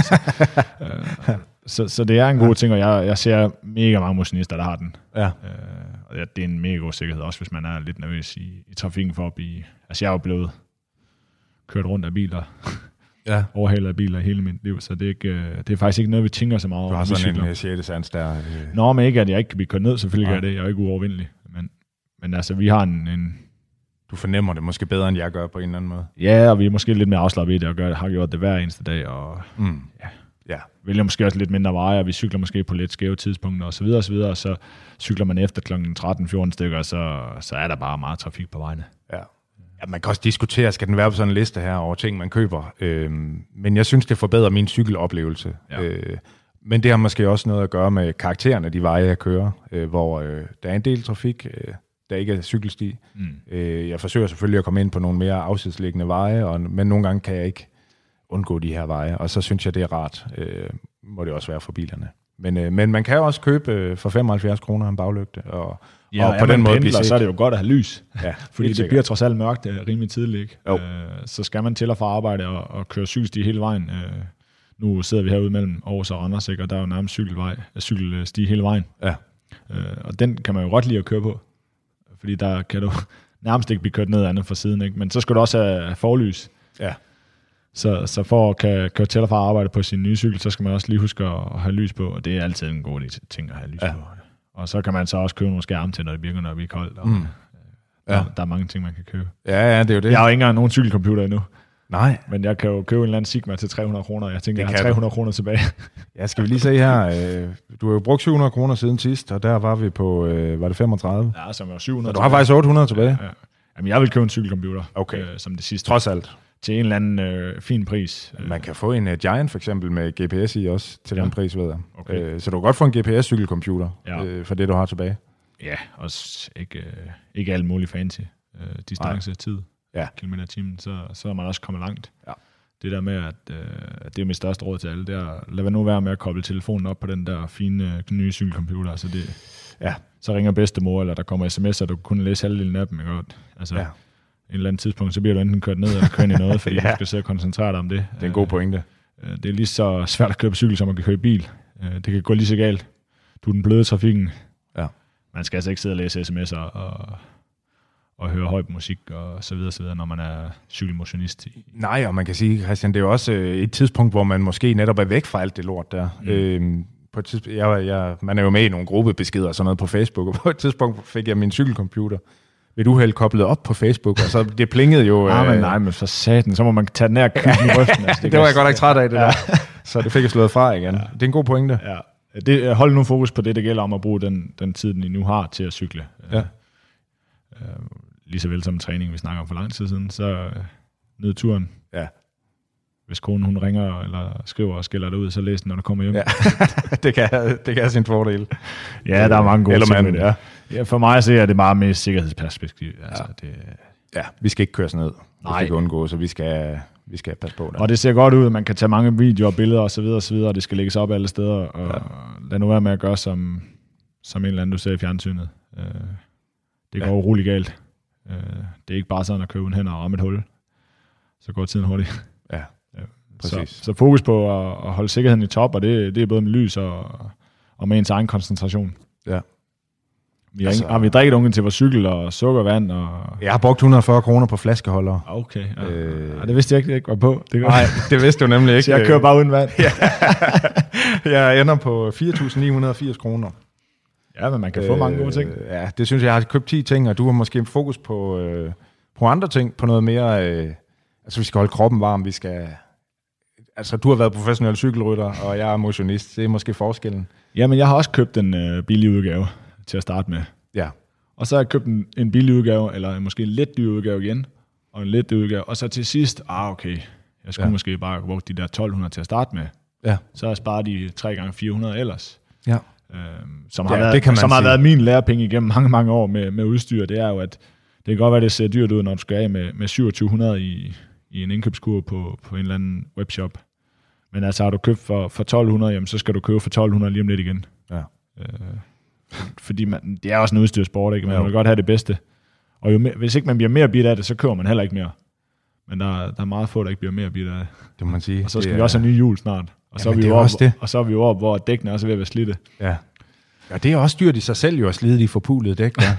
Så det er en god ting, og jeg ser mega mange motionister, der har den. Ja. Og det er en mega god sikkerhed, også hvis man er lidt nervøs i trafikken for at blive. Altså jeg er jo blevet kørt rundt af biler, overhalet af biler hele mit liv, så det er faktisk ikke noget, vi tænker så meget over. Du har sådan en 6. sans der. Nå, men ikke, at jeg ikke kan blive kørt ned, selvfølgelig gør det. Jeg er ikke uovervindelig. Men altså, vi har en... Du fornemmer det måske bedre, end jeg gør på en eller anden måde. Ja, og vi er måske lidt mere afslappet i det, og har gjort det hver eneste dag, og vælger måske også lidt mindre veje, og vi cykler måske på lidt skæve tidspunkter, og så videre, og så cykler man efter kl. 13-14 stykker, så er der bare meget trafik på vejene. Ja, man kan også diskutere, skal den være på sådan en liste her over ting, man køber, men jeg synes, det forbedrer min cykeloplevelse. Ja. Men det har måske også noget at gøre med karakteren af de veje, jeg kører, hvor der er en del trafik, der ikke er cykelsti. Jeg forsøger selvfølgelig at komme ind på nogle mere afsidesliggende veje, men nogle gange kan jeg ikke undgå de her veje, og så synes jeg, det er rart. Må det også være for bilerne. Men man kan også købe for 75 kroner en baglygte, og på den måde pendler, så er det jo godt at have lys, fordi det bliver trods alt mørkt rimelig tidligt. Så skal man til og fra arbejde og køre cykelsti hele vejen. Nu sidder vi herude mellem Aarhus og Randers, og der er jo nærmest cykelsti hele vejen. Ja. Og den kan man jo godt lide at køre på, fordi der nærmest ikke blive kørt ned andet fra siden, ikke? Men så skal du også have forlys. Ja. Så for at køre til og fra arbejde på sin nye cykel, så skal man også lige huske at have lys på, og det er altid en god ting at have lys på. Og så kan man så også købe nogle skærme til, når det virker, når det bliver koldt. Og, der er mange ting, man kan købe. Ja, det er jo det. Jeg har jo ikke engang nogen cykelcomputer endnu. Nej. Men jeg kan jo købe en eller anden Sigma til 300 kroner. Jeg tænker, jeg har 300 kroner tilbage. Ja, skal vi lige se her. Du har jo brugt 700 kroner siden sidst, og der var vi på, var det 35? Ja, som var 700. Så du har faktisk 800 tilbage? Ja. Jamen, jeg vil købe en cykelcomputer. Okay. Som det sidste. Trods alt. Til en eller anden fin pris. Man kan få en Giant for eksempel med GPS i også til den pris, ved jeg. Okay. Så du kan godt få en GPS-cykelcomputer for det, du har tilbage. Ja, også ikke alt muligt fancy. Distance, tid, kilometer i timen, så er man også kommet langt. Ja. Det der med, at det er mit største råd til alle, det er, lad nu være med at koble telefonen op på den der fine nye cykelcomputer. Altså så ringer bedstemor, eller der kommer sms'er, du kan kun læse halvdelen af dem. Ikke? Altså, en eller anden tidspunkt, så bliver du enten kørt ned eller kørt i noget, fordi du skal sidde og koncentrere dig om det. Det er en god pointe. Det er lige så svært at køre på cykel, som at køre i bil. Det kan gå lige så galt. Du er den bløde trafikken. Ja. Man skal altså ikke sidde og læse sms'er og høre høj musik og så videre, når man er cykelmotionist. Nej, og man kan sige, Christian, det er jo også et tidspunkt, hvor man måske netop er væk fra alt det lort der. På et tidspunkt, man er jo med i nogle gruppebeskeder og sådan noget på Facebook, og på et tidspunkt fik jeg min cykelcomputer ved et uheld koblet op på Facebook, og så det plingede jo... men for satan, så må man tage den her kylden i røsten. Altså, det var jeg godt ikke træt af, det der. Så det fik jeg slået fra igen. Det er en god pointe. Ja. Hold nu fokus på det gælder om at bruge den tid, I nu har til at cykle. Ja. Lige så vel som træning, vi snakker om for lang tid siden, så ned turen. Ja. Hvis konen hun ringer eller skriver og skælder det ud, så læs den, når du kommer hjem. Ja. det kan have sin fordel. Ja, der er mange gode ting med det. Ja, for mig så er det meget med sikkerhedsperspektiv. Altså, vi skal ikke køre sådan ned. Nej. Vi skal undgå, så vi skal passe på det. Og det ser godt ud, man kan tage mange videoer og billeder osv., og det skal lægges op alle steder. Og lad nu være med at gøre som en eller anden, du ser i fjernsynet. Det går uroligt galt. Det er ikke bare sådan at købe en hænder og ramme et hul. Så går tiden hurtigt. Ja, præcis. Så fokus på at holde sikkerheden i top, og det er både med lys og med ens egen koncentration. Ja. Har vi drikket ungen til vores cykel og sukkervand? Jeg har brugt 140 kroner på flaskeholder. Okay. Det vidste jeg ikke var på. Nej, det vidste du nemlig ikke. Så jeg kører bare uden vand. Jeg ender på 4.980 kroner. Ja, men man kan få mange gode ting. Ja, det synes jeg. Jeg har købt 10 ting, og du har måske fokus på andre ting, på noget mere... vi skal holde kroppen varm, vi skal... Altså, du har været professionel cykelrytter, og jeg er motionist. Det er måske forskellen. Ja, men jeg har også købt en billig udgave til at starte med. Ja. Og så har jeg købt en billig udgave, eller måske en lidt dyr udgave igen, og en lidt dyr udgave, og så til sidst, okay, jeg skulle måske bare bruge de der 1.200 til at starte med. Ja. Så har jeg sparet de 3 gange 400 ellers. Ja. Som har været min lærepenge igennem mange, mange år med udstyr, det er jo, at det kan godt være, det ser dyrt ud, når du skal af med 2700 i en indkøbskurve på en eller anden webshop. Men altså, har du købt for 1200, jamen, så skal du købe for 1200 lige om lidt igen. Ja. Fordi det er også en udstyrsport, ikke? Man vil godt have det bedste. Og hvis ikke man bliver mere bidt af det, så køber man heller ikke mere. Men der er meget få, der ikke bliver mere bidt af det. Det må man sige. Og så skal vi også have nye hjul snart. Og så er vi jo oppe, hvor dækkene også er ved at være slidte. Ja. Ja, det er også dyrt i sig selv jo at slide de forpulede dæk. Ja.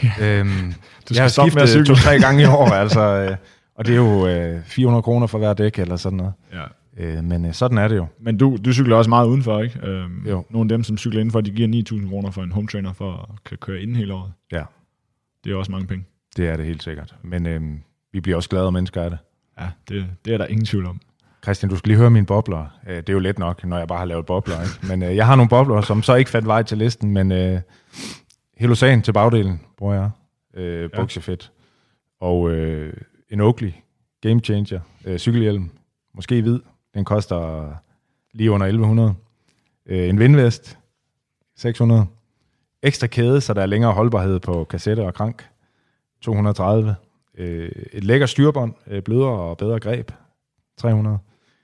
Jeg har skiftet 2-3 gange i år, altså, og det er jo 400 kroner for hver dæk eller sådan noget. Ja. Men sådan er det jo. Men du cykler også meget udenfor, ikke? Nogle af dem, som cykler indenfor, de giver 9.000 kroner for en home trainer for at køre inden hele året. Ja. Det er også mange penge. Det er det helt sikkert. Men vi bliver også glade mennesker af det. Ja, det er der ingen tvivl om. Christian, du skal lige høre mine bobler. Det er jo let nok, når jeg bare har lavet bobler. Ikke? Men jeg har nogle bobler, som så ikke fandt vej til listen, men Helosan til bagdelen bruger jeg. Buksefedt. Og en Oakley Game Changer cykelhjelm. Måske hvid. Den koster lige under 1100. En vindvest. 600. Ekstra kæde, så der er længere holdbarhed på kassette og krank. 230. Et lækker styrbånd. Blødere og bedre greb. 300.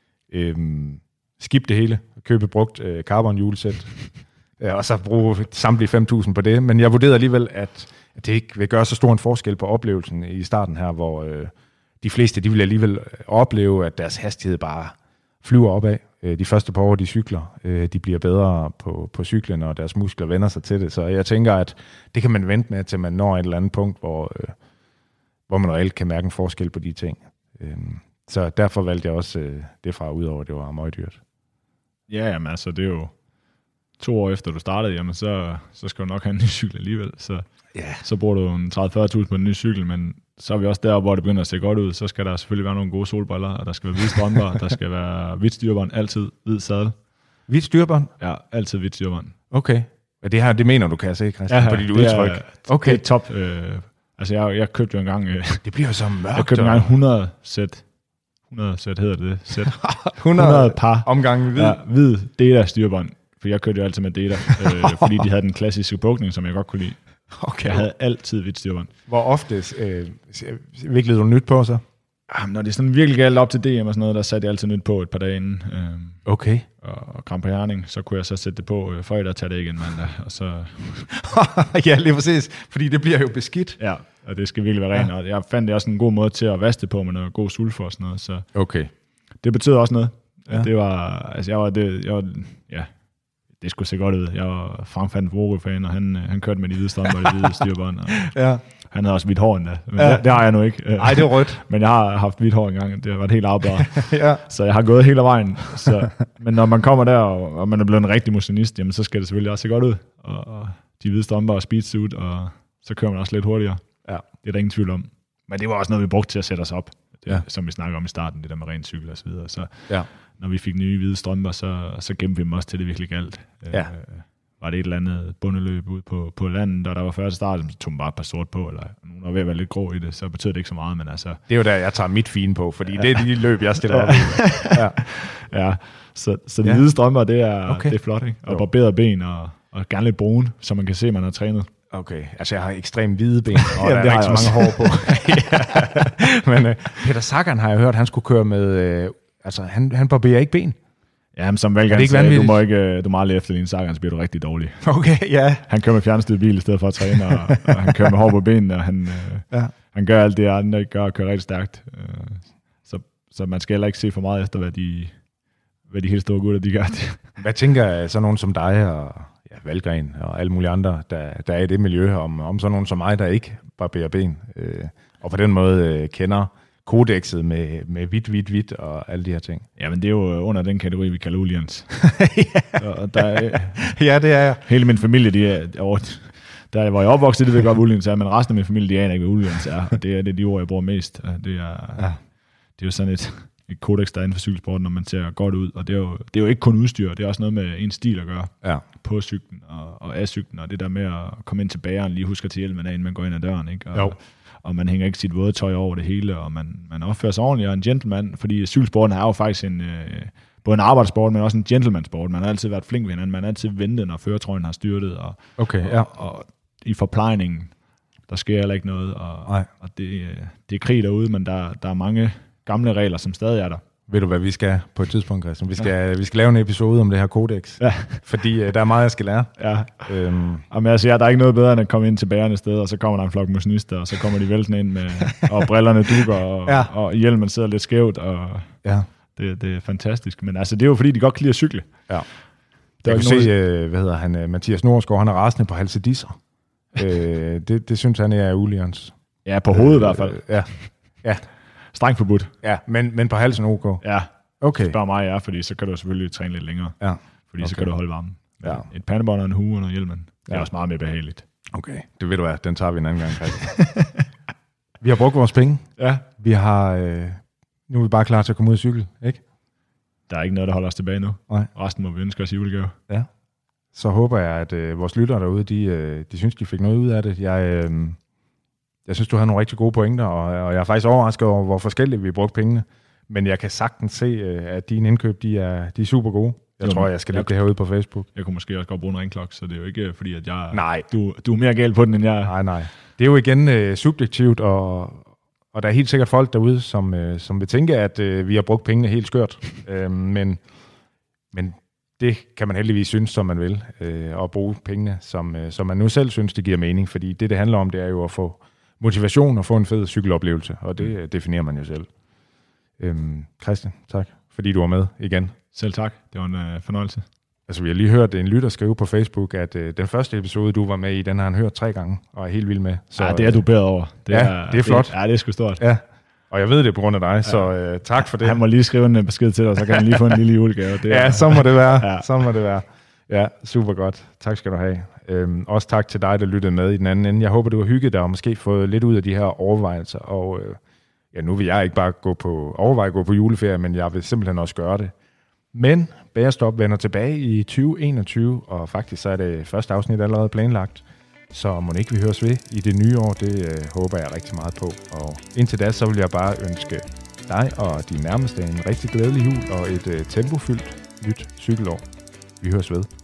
Skip det hele. Købe brugt carbon hjulsæt. Og så bruge samtlige 5.000 på det. Men jeg vurderede alligevel, at det ikke vil gøre så stor en forskel på oplevelsen i starten her, hvor de fleste, de vil alligevel opleve, at deres hastighed bare flyver opad. De første par år, de cykler, de bliver bedre på cyklen, og deres muskler vender sig til det. Så jeg tænker, at det kan man vente med, til man når et eller andet punkt, hvor man reelt kan mærke en forskel på de ting. Så derfor valgte jeg også det fra, udover det var meget dyrt. Ja, jamen altså, det er jo 2 år efter du startede, jamen så skal du nok have en ny cykel alligevel. Så bruger du en 30-40.000 på en ny cykel, men så er vi også der, hvor det begynder at se godt ud. Så skal der selvfølgelig være nogle gode solbriller, og der skal være hvide strømper, der skal være hvidt styrbånd, altid hvid sadel. Hvidt styrbånd? Ja, altid hvidt styrbånd. Okay. Det her, det mener du, kan jeg se, Christian, på dit udtryk. Okay. Det er top. Altså, jeg købte jo engang... det bliver så mørkt. Jeg købte engang 100 sæt hedder det. Sæt. 100 par omgange hvid Deda styrbånd. For jeg kørte jo altid med Deda, fordi de havde den klassiske bukning, som jeg godt kunne lide. Okay. Jeg havde altid hvidt styrbånd. Hvor ofte viklede du nyt på så? Når det er sådan virkelig galt op til DM og sådan noget, der satte jeg altid nyt på et par dage inden. Okay. Og Grand Prix Herning, så kunne jeg så sætte det på fredag og tage det igen mandag. Og så... ja, lige præcis. Fordi det bliver jo beskidt. Ja, og det skal virkelig være rent. Og jeg fandt det også en god måde til at vaske det på med noget god sulfur og sådan noget. Så okay. Det betød også noget. Ja. Det var... Altså, jeg var det skulle se godt ud. Jeg var Frank van Vore-fan, og han kørte med de hvide strømper og de hvide styrbånd. Ja. Han havde også hvidt hår endda. Men det har jeg nu ikke. Nej, det er rødt. Men jeg har haft hvidt hår engang. Det har været helt afbladet. Ja. Så jeg har gået hele vejen. Men når man kommer der, og man er blevet en rigtig motionist, jamen, så skal det selvfølgelig også se godt ud. Og de hvide strømper og speedsuit, og så kører man også lidt hurtigere. Ja. Det er der ingen tvivl om. Men det var også noget, vi brugte til at sætte os op. Som vi snakker om i starten, det der med ren cykel og så videre. Så når vi fik nye hvide strømper, så gemte vi dem også til det virkelig galt. Ja. Var det et eller andet bundeløb ud på landet, og der var før til starten, så tog man bare et par sort på, eller nogen var ved at være lidt grå i det, så betød det ikke så meget, men altså... Det er jo der, jeg tager mit fine på, fordi det er de løb, jeg stiller op i. Ja, så de hvide strømper, det er flot, ikke? Og barberet ben, og gerne lidt brun, så man kan se, at man har trænet. Okay, altså jeg har ekstremt hvide ben, og der er rigtig mange hår på. Men Peter Sagan har jeg hørt, han skulle køre med... altså, han barberer ikke ben. Ja, men som Valgren sagde, du må aldrig efterligne Sagan, så bliver du rigtig dårlig. Okay, ja. Han kører med fjernstyret bil i stedet for at træne, og han kører med hår på benene, og han gør alt det, andre ikke gør, og kører rigtig stærkt. Så man skal heller ikke se for meget efter, hvad de helt store gutter, de gør. Hvad tænker sådan nogen som dig og Valgren og alle mulige andre, der er i det miljø, om sådan nogen som mig, der ikke barberer ben, og på den måde kender kodexet med hvidt og alle de her ting. Ja, men det er jo under den kategori, vi kalder Ulians. Ja, det er jeg. Hele min familie, der hvor jeg er opvokset, det ved jeg godt, hvad Ulians er, men resten af min familie, de aner ikke, hvad Ulians er, og det er de ord, jeg bruger mest. Det er jo sådan et kodex, der er inden for cykelsporten, når man ser godt ud, og det er jo ikke kun udstyr, det er også noget med en stil at gøre på cyklen og af cyklen, og det der med at komme ind til bageren, lige husker til hjelmen af, inden man går ind ad døren, ikke? Og man hænger ikke sit våde tøj over det hele, og man opfører sig ordentligt og er en gentleman, fordi cykelsporten er jo faktisk både en arbejdssport, men også en gentleman-sport. Man har altid været flink ved hinanden, man har altid ventet, når førertrøjen har styrtet, og i forplejningen, der sker heller ikke noget, og det er krig derude, men der er mange gamle regler, som stadig er der. Ved du, hvad vi skal på et tidspunkt, Christian? Vi skal lave en episode om det her kodex, fordi der er meget, jeg skal lære. Ja. Jamen, altså, der er ikke noget bedre, end at komme ind til bærende sted, og så kommer der en flok motionister, og så kommer de væltende ind med, og brillerne dukker, og hjelmen sidder lidt skævt, og det er fantastisk. Men altså, det er jo fordi, de godt kan lide at cykle. Ja. Jeg kan se, Mathias Norsgaard, han er rasende på Halse Disser. Det synes han er Ulians. Ja, på hovedet i hvert fald. Ja. Strengt forbudt. Ja, men på halsen OK. Ja, okay. Spørg mig, fordi så kan du selvfølgelig træne lidt længere. Ja. Fordi så kan du holde varmen. Ja. Et pandebånd og en hue og noget hjelmen. Det er også meget mere behageligt. Okay, det ved du hvad, den tager vi en anden gang, Christian. Vi har brugt vores penge. Ja. Vi har... nu er vi bare klar til at komme ud og cykle, ikke? Der er ikke noget, der holder os tilbage nu. Nej. Resten må vi ønske os i julegave. Ja. Så håber jeg, at vores lyttere derude, de synes, de fik noget ud af det. Jeg synes, du har nogle rigtig gode pointer, og jeg er faktisk overrasket over, hvor forskellige vi har brugt pengene. Men jeg kan sagtens se, at dine indkøb, de er super gode. Jeg tror, jeg skal lægge det herude på Facebook. Jeg kunne måske også godt bruge en ringklokke, så det er jo ikke fordi, at jeg... Nej. Du er mere gal på den, end jeg... Nej. Det er jo igen subjektivt, og der er helt sikkert folk derude, som vil tænke, at vi har brugt pengene helt skørt. Men det kan man heldigvis synes, som man vil, at bruge pengene, som man nu selv synes, det giver mening. Fordi det handler om, det er jo at få motivation og få en fed cykeloplevelse, og det definerer man jo selv. Christian, tak, fordi du var med igen. Selv tak. Det var en fornøjelse. Altså, vi har lige hørt en lytter skrive på Facebook, at den første episode, du var med i, den har han hørt 3 gange, og er helt vild med. Så, det er du bedre over. Det er flot. Ja, det er sgu stort. Ja, og jeg ved det på grund af dig, så tak for det. Han må lige skrive en besked til dig, så kan han lige få en lille julegave. Så må det være. Ja. Så må det være. Ja, super godt. Tak skal du have. Også tak til dig, der lyttede med i den anden ende. Jeg håber, du har hygget dig og måske fået lidt ud af de her overvejelser. Og nu vil jeg ikke bare gå på juleferie, men jeg vil simpelthen også gøre det. Men Bagerstop vender tilbage i 2021, og faktisk så er det første afsnit allerede planlagt. Så må ikke vi høres ved i det nye år, det håber jeg rigtig meget på. Og indtil da, så vil jeg bare ønske dig og de nærmeste en rigtig glædelig jul og et tempofyldt nyt cykelår. Vi høres ved.